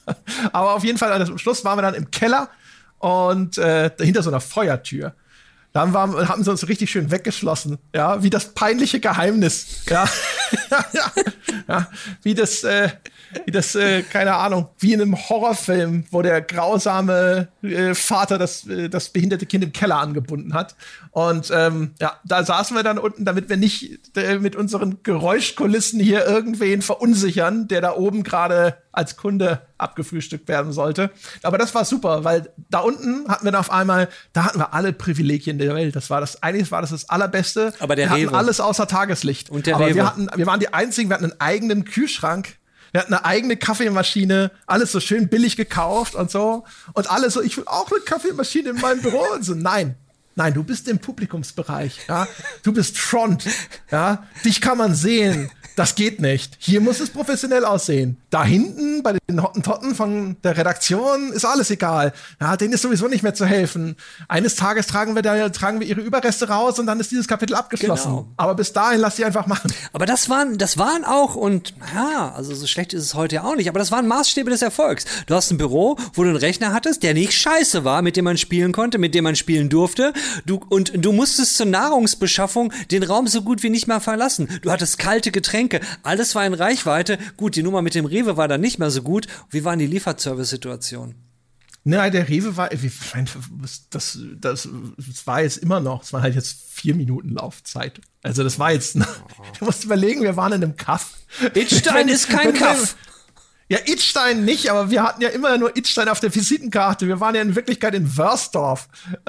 Speaker 3: Aber auf jeden Fall, also am Schluss waren wir dann im Keller und äh, hinter so einer Feuertür. Da haben, wir, haben sie uns richtig schön weggeschlossen, ja, wie das peinliche Geheimnis, ja, ja, ja, wie das, äh, wie das, äh, keine Ahnung, wie in einem Horrorfilm, wo der grausame äh, Vater das, äh, das behinderte Kind im Keller angebunden hat. Und ähm, ja, da saßen wir dann unten, damit wir nicht äh, mit unseren Geräuschkulissen hier irgendwen verunsichern, der da oben gerade als Kunde abgefrühstückt werden sollte. Aber das war super, weil da unten hatten wir dann auf einmal, da hatten wir alle Privilegien der Welt. Das war das, eigentlich war das das Allerbeste.
Speaker 2: Aber der
Speaker 3: wir hatten
Speaker 2: Rewe.
Speaker 3: alles außer Tageslicht.
Speaker 2: Und der
Speaker 3: Aber
Speaker 2: Rewe.
Speaker 3: wir hatten, wir waren die einzigen, wir hatten einen eigenen Kühlschrank. Wir hatten eine eigene Kaffeemaschine, alles so schön billig gekauft und so. Und alle so, ich will auch eine Kaffeemaschine in meinem Büro. Und so, nein. Nein, du bist im Publikumsbereich, ja. Du bist Front, ja. Dich kann man sehen. Das geht nicht. Hier muss es professionell aussehen. Da hinten bei den Hottentotten von der Redaktion ist alles egal. Ja, denen ist sowieso nicht mehr zu helfen. Eines Tages tragen wir da, tragen wir ihre Überreste raus und dann ist dieses Kapitel abgeschlossen.
Speaker 2: Genau.
Speaker 3: Aber bis dahin lass sie einfach machen.
Speaker 2: Aber das waren, das waren auch, und ja, also so schlecht ist es heute ja auch nicht, aber das waren Maßstäbe des Erfolgs. Du hast ein Büro, wo du einen Rechner hattest, der nicht scheiße war, mit dem man spielen konnte, mit dem man spielen durfte. Du, und du musstest zur Nahrungsbeschaffung den Raum so gut wie nicht mehr verlassen. Du hattest kalte Getränke. Alles war in Reichweite. Gut, die Nummer mit dem Rewe war dann nicht mehr so gut. Wie waren die Lieferservice-Situationen?
Speaker 3: Nein, der Rewe war, wie, das, das, das war jetzt immer noch, es waren halt jetzt vier Minuten Laufzeit. Also das war jetzt, du musst überlegen, wir waren in einem Kaff.
Speaker 2: Itstein ist kein Kaff.
Speaker 3: Ja, Itstein nicht, aber wir hatten ja immer nur Itstein auf der Visitenkarte. Wir waren ja in Wirklichkeit in Wörsdorf.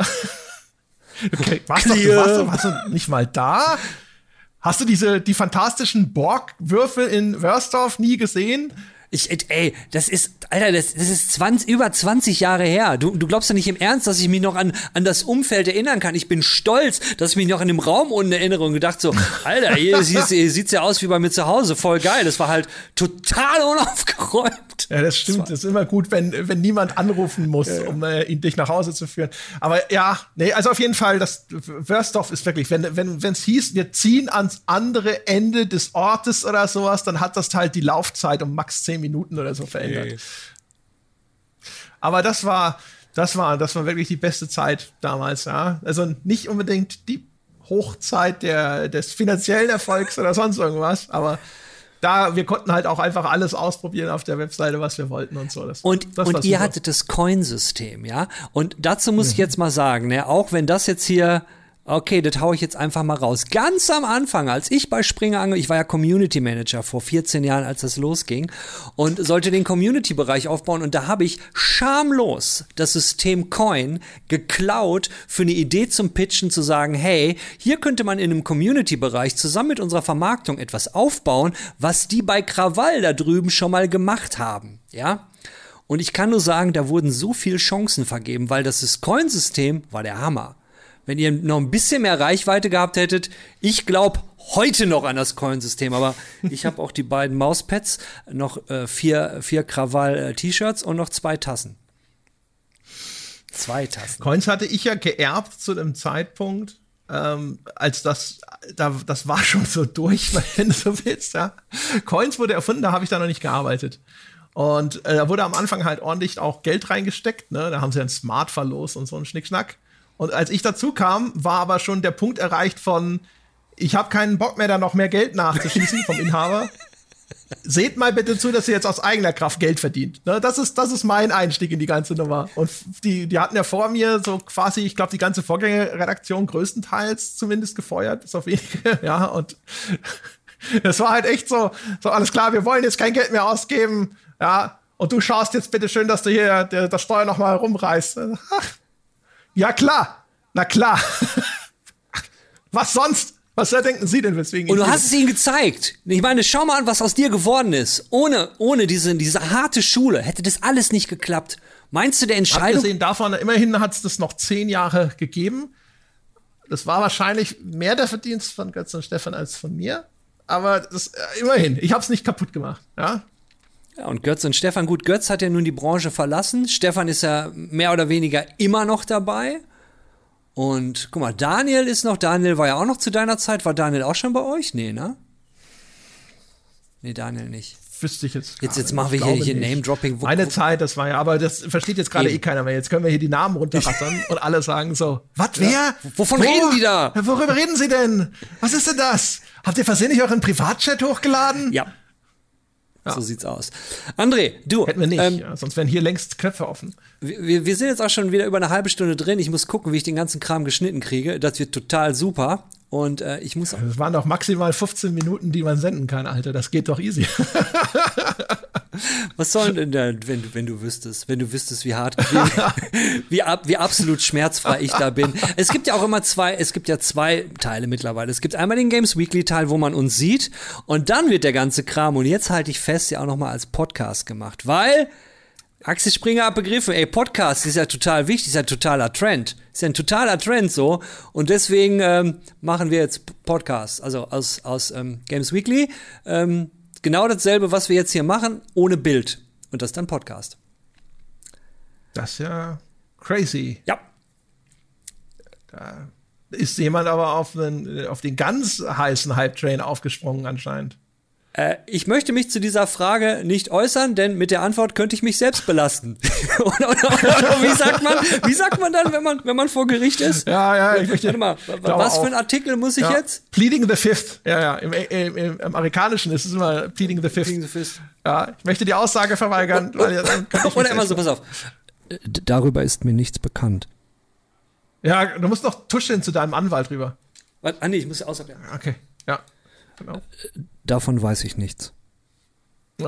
Speaker 3: Okay, warst, doch, du, warst, du, warst du nicht mal da? Hast du diese, die fantastischen Borg-Würfel in Wörsdorf nie gesehen?
Speaker 2: Ich, ey, das ist, Alter, das, das ist zwanzig, über zwanzig Jahre her. Du, du glaubst ja nicht im Ernst, dass ich mich noch an, an das Umfeld erinnern kann. Ich bin stolz, dass ich mich noch in dem Raum ohne Erinnerung gedacht so, Alter, hier, hier, hier sieht's ja aus wie bei mir zu Hause. Voll geil. Das war halt total unaufgeräumt.
Speaker 3: Ja, das stimmt. Das, das ist immer gut, wenn, wenn niemand anrufen muss, ja, ja. um äh, ihn dich nach Hause zu führen. Aber ja, nee, also auf jeden Fall, das Wörsdorf ist wirklich, wenn wenn wenn es hieß, wir ziehen ans andere Ende des Ortes oder sowas, dann hat das halt die Laufzeit um max zehn Minuten oder so verändert. Okay. Aber das war, das war, das war wirklich die beste Zeit damals, ja. Also nicht unbedingt die Hochzeit der, des finanziellen Erfolgs oder sonst irgendwas, aber da, wir konnten halt auch einfach alles ausprobieren auf der Webseite, was wir wollten und so. Das,
Speaker 2: und
Speaker 3: das
Speaker 2: und ihr hattet das Coin-System, ja? Und dazu muss mhm. ich jetzt mal sagen, ne, auch wenn das jetzt hier, okay, das hau ich jetzt einfach mal raus. Ganz am Anfang, als ich bei Springer ange, ich war ja Community Manager vor vierzehn Jahren, als das losging und sollte den Community-Bereich aufbauen und da habe ich schamlos das System Coin geklaut für eine Idee zum Pitchen, zu sagen, hey, hier könnte man in einem Community-Bereich zusammen mit unserer Vermarktung etwas aufbauen, was die bei Krawall da drüben schon mal gemacht haben, ja? Und ich kann nur sagen, da wurden so viele Chancen vergeben, weil das Coin-System war der Hammer. Wenn ihr noch ein bisschen mehr Reichweite gehabt hättet, ich glaube heute noch an das Coin-System, aber ich habe auch die beiden Mauspads, noch äh, vier, vier Krawall-T-Shirts und noch zwei Tassen. Zwei Tassen.
Speaker 3: Coins hatte ich ja geerbt zu dem Zeitpunkt, ähm, als das, da, das war schon so durch, wenn du so willst, ja. Coins wurde erfunden, da habe ich da noch nicht gearbeitet. Und äh, da wurde am Anfang halt ordentlich auch Geld reingesteckt, ne? Da haben sie ein Smart verlost und so einen Schnickschnack. Und als ich dazu kam, war aber schon der Punkt erreicht von, ich habe keinen Bock mehr, da noch mehr Geld nachzuschießen vom Inhaber. Seht mal bitte zu, dass ihr jetzt aus eigener Kraft Geld verdient. Ne, das ist, das ist mein Einstieg in die ganze Nummer. Und die, die hatten ja vor mir so quasi, ich glaube, die ganze Vorgängerredaktion größtenteils zumindest gefeuert, bis auf wenige, ja, und das war halt echt so, so alles klar, wir wollen jetzt kein Geld mehr ausgeben, ja, und du schaust jetzt bitte schön, dass du hier der, das Steuer noch mal rumreißt. Ach, ja, klar. Na klar. Was sonst? Was denken Sie denn, weswegen?
Speaker 2: Und du hast es ihnen gezeigt. Ich meine, schau mal an, was aus dir geworden ist. Ohne, ohne diese, diese harte Schule hätte das alles nicht geklappt. Meinst du, der Entscheidung?
Speaker 3: Abgesehen davon, immerhin hat es das noch zehn Jahre gegeben. Das war wahrscheinlich mehr der Verdienst von Götz und Stefan als von mir. Aber das, äh, immerhin, ich habe es nicht kaputt gemacht. Ja?
Speaker 2: Ja, und Götz und Stefan, gut, Götz hat ja nun die Branche verlassen. Stefan ist ja mehr oder weniger immer noch dabei. Und guck mal, Daniel ist noch, Daniel war ja auch noch zu deiner Zeit. War Daniel auch schon bei euch? Nee, ne? Nee, Daniel nicht.
Speaker 3: wüsste ich jetzt.
Speaker 2: Jetzt, jetzt machen wir hier, hier Name-Dropping.
Speaker 3: Eine Zeit, das war ja, aber das versteht jetzt gerade eh keiner mehr. Jetzt können wir hier die Namen runterrattern und alle sagen so, was, wer?
Speaker 2: Ja. Wovon
Speaker 3: Wo?
Speaker 2: reden die da?
Speaker 3: Worüber reden sie denn? Was ist denn das? Habt ihr versehentlich euren Privatchat hochgeladen?
Speaker 2: Ja. Ja. So sieht's aus. André, du.
Speaker 3: Hätten wir nicht,
Speaker 2: ähm,
Speaker 3: ja, sonst wären hier längst Knöpfe offen.
Speaker 2: Wir, wir sind jetzt auch schon wieder über eine halbe Stunde drin. Ich muss gucken, wie ich den ganzen Kram geschnitten kriege. Das wird total super. Und äh, ich muss auch.
Speaker 3: Das waren doch maximal fünfzehn Minuten, die man senden kann, Alter. Das geht doch easy.
Speaker 2: Was soll denn da, wenn du, wenn du wüsstest, wenn du wüsstest, wie hart, wie, wie, ab, wie absolut schmerzfrei ich da bin. Es gibt ja auch immer zwei, es gibt ja zwei Teile mittlerweile. Es gibt einmal den Games Weekly Teil, wo man uns sieht, und dann wird der ganze Kram, und jetzt halte ich fest, ja auch noch mal als Podcast gemacht, weil Axel Springer hat begriffen, ey, Podcast ist ja total wichtig, ist ja ein totaler Trend. Ist ja ein totaler Trend so. Und deswegen ähm, machen wir jetzt Podcasts, also aus, aus ähm, Games Weekly. Ähm, genau dasselbe, was wir jetzt hier machen, ohne Bild. Und das ist dann Podcast.
Speaker 3: Das ist ja crazy.
Speaker 2: Ja.
Speaker 3: Da ist jemand aber auf den, auf den ganz heißen Hype-Train aufgesprungen anscheinend.
Speaker 2: Äh, ich möchte mich zu dieser Frage nicht äußern, denn mit der Antwort könnte ich mich selbst belasten. oder, oder, oder, wie sagt man, wie sagt man dann, wenn man, wenn man vor Gericht ist?
Speaker 3: Ja, ja, ich möchte.
Speaker 2: Warte mal, was für ein Artikel muss ich
Speaker 3: ja.
Speaker 2: jetzt?
Speaker 3: Pleading the Fifth. Ja, ja. Im, im, im, im Amerikanischen ist es immer Pleading the Fifth.
Speaker 2: Pleading the Fifth.
Speaker 3: Ja, ich möchte die Aussage verweigern.
Speaker 2: Oh, oh, weil dann ich oder immer so, pass auf. Darüber ist mir nichts bekannt.
Speaker 3: Ja, du musst noch tuscheln zu deinem Anwalt rüber.
Speaker 2: Was? Ah, nee, ich muss ja außer.
Speaker 3: Okay, ja. Genau.
Speaker 2: Davon weiß ich nichts.
Speaker 3: Ja.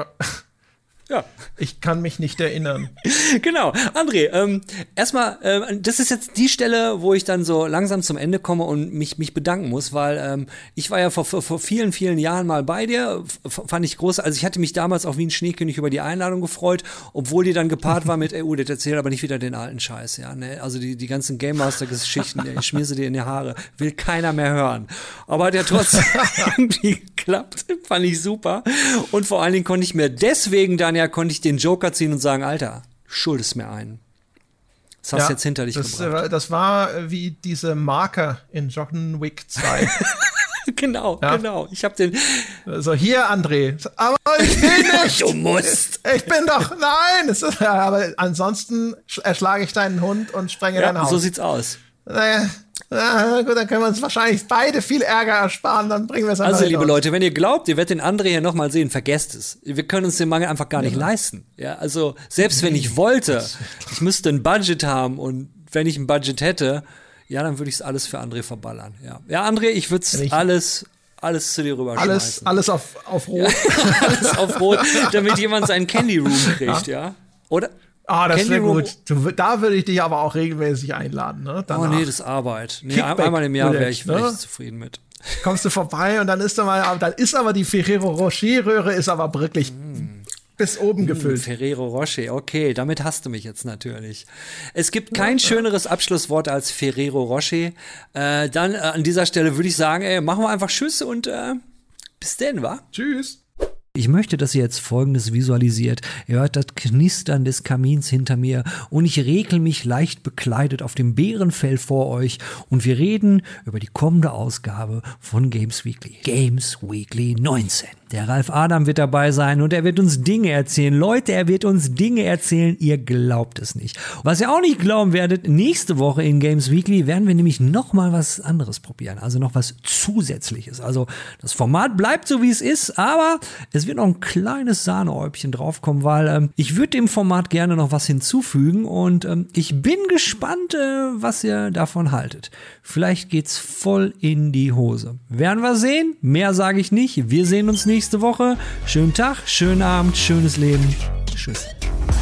Speaker 2: Ja.
Speaker 3: Ich kann mich nicht erinnern.
Speaker 2: Genau. André, ähm, erstmal, ähm, das ist jetzt die Stelle, wo ich dann so langsam zum Ende komme und mich, mich bedanken muss, weil ähm, ich war ja vor, vor vielen, vielen Jahren mal bei dir, F- fand ich groß, also ich hatte mich damals auch wie ein Schneekönig über die Einladung gefreut, obwohl die dann gepaart war mit, ey, uh, das erzählt aber nicht wieder den alten Scheiß, ja, ne? Also die, die ganzen Game Master-Geschichten, ich schmier sie dir in die Haare, will keiner mehr hören. Aber hat ja trotzdem irgendwie geklappt, fand ich super. Und vor allen Dingen konnte ich mir deswegen dann ja, konnte ich den Joker ziehen und sagen, Alter, schuldest mir einen. Das hast du ja, jetzt hinter dich
Speaker 3: das,
Speaker 2: gebracht.
Speaker 3: Das war wie diese Marker in John Wick zwei.
Speaker 2: Genau, ja. genau. Ich hab den.
Speaker 3: So, hier, André. Aber ich will nicht.
Speaker 2: Du musst.
Speaker 3: Ich bin doch. Nein. Es ist, aber ansonsten erschlage ich deinen Hund und sprenge
Speaker 2: ja,
Speaker 3: dein Haus.
Speaker 2: So sieht's aus.
Speaker 3: Naja. Na gut, dann können wir uns wahrscheinlich beide viel Ärger ersparen, dann bringen wir es
Speaker 2: Also, liebe Leute, wenn ihr glaubt, ihr werdet den André hier nochmal sehen, vergesst es. Wir können uns den Mangel einfach gar nicht ja. leisten. Ja, also, selbst wenn ich wollte, ich müsste ein Budget haben, und wenn ich ein Budget hätte, ja, dann würde ich es alles für André verballern. Ja, ja André, ich würde es alles, alles zu dir rüberschmeißen.
Speaker 3: Alles, alles auf, auf Rot.
Speaker 2: alles auf Rot, damit jemand seinen Candy Room kriegt, ja? ja? Oder?
Speaker 3: Ah, das wäre gut. Du, da würde ich dich aber auch regelmäßig einladen, ne? Danach.
Speaker 2: Oh nee, das ist Arbeit. Nee, einmal im Jahr wäre ich, wär ne? ich zufrieden mit.
Speaker 3: Kommst du vorbei und dann ist da mal, dann ist aber die Ferrero Rocher Röhre ist aber wirklich mm. bis oben mm, gefüllt.
Speaker 2: Ferrero Rocher, okay, damit hast du mich jetzt natürlich. Es gibt kein ja, schöneres Abschlusswort als Ferrero Rocher. Äh, dann äh, an dieser Stelle würde ich sagen, ey, machen wir einfach Tschüss und äh, bis denn, wa?
Speaker 3: Tschüss.
Speaker 2: Ich möchte, dass ihr jetzt Folgendes visualisiert. Ihr hört das Knistern des Kamins hinter mir und ich regel mich leicht bekleidet auf dem Bärenfell vor euch und wir reden über die kommende Ausgabe von Games Weekly. Games Weekly neunzehn. Der Ralf Adam wird dabei sein und er wird uns Dinge erzählen. Leute, er wird uns Dinge erzählen, ihr glaubt es nicht. Was ihr auch nicht glauben werdet, nächste Woche in Games Weekly werden wir nämlich noch mal was anderes probieren. Also noch was Zusätzliches. Also das Format bleibt so, wie es ist, aber es wird noch ein kleines Sahnehäubchen draufkommen, weil ähm, ich würde dem Format gerne noch was hinzufügen und ähm, ich bin gespannt, äh, was ihr davon haltet. Vielleicht geht's voll in die Hose. Werden wir sehen. Mehr sage ich nicht. Wir sehen uns nächste Woche. Schönen Tag, schönen Abend, schönes Leben. Tschüss.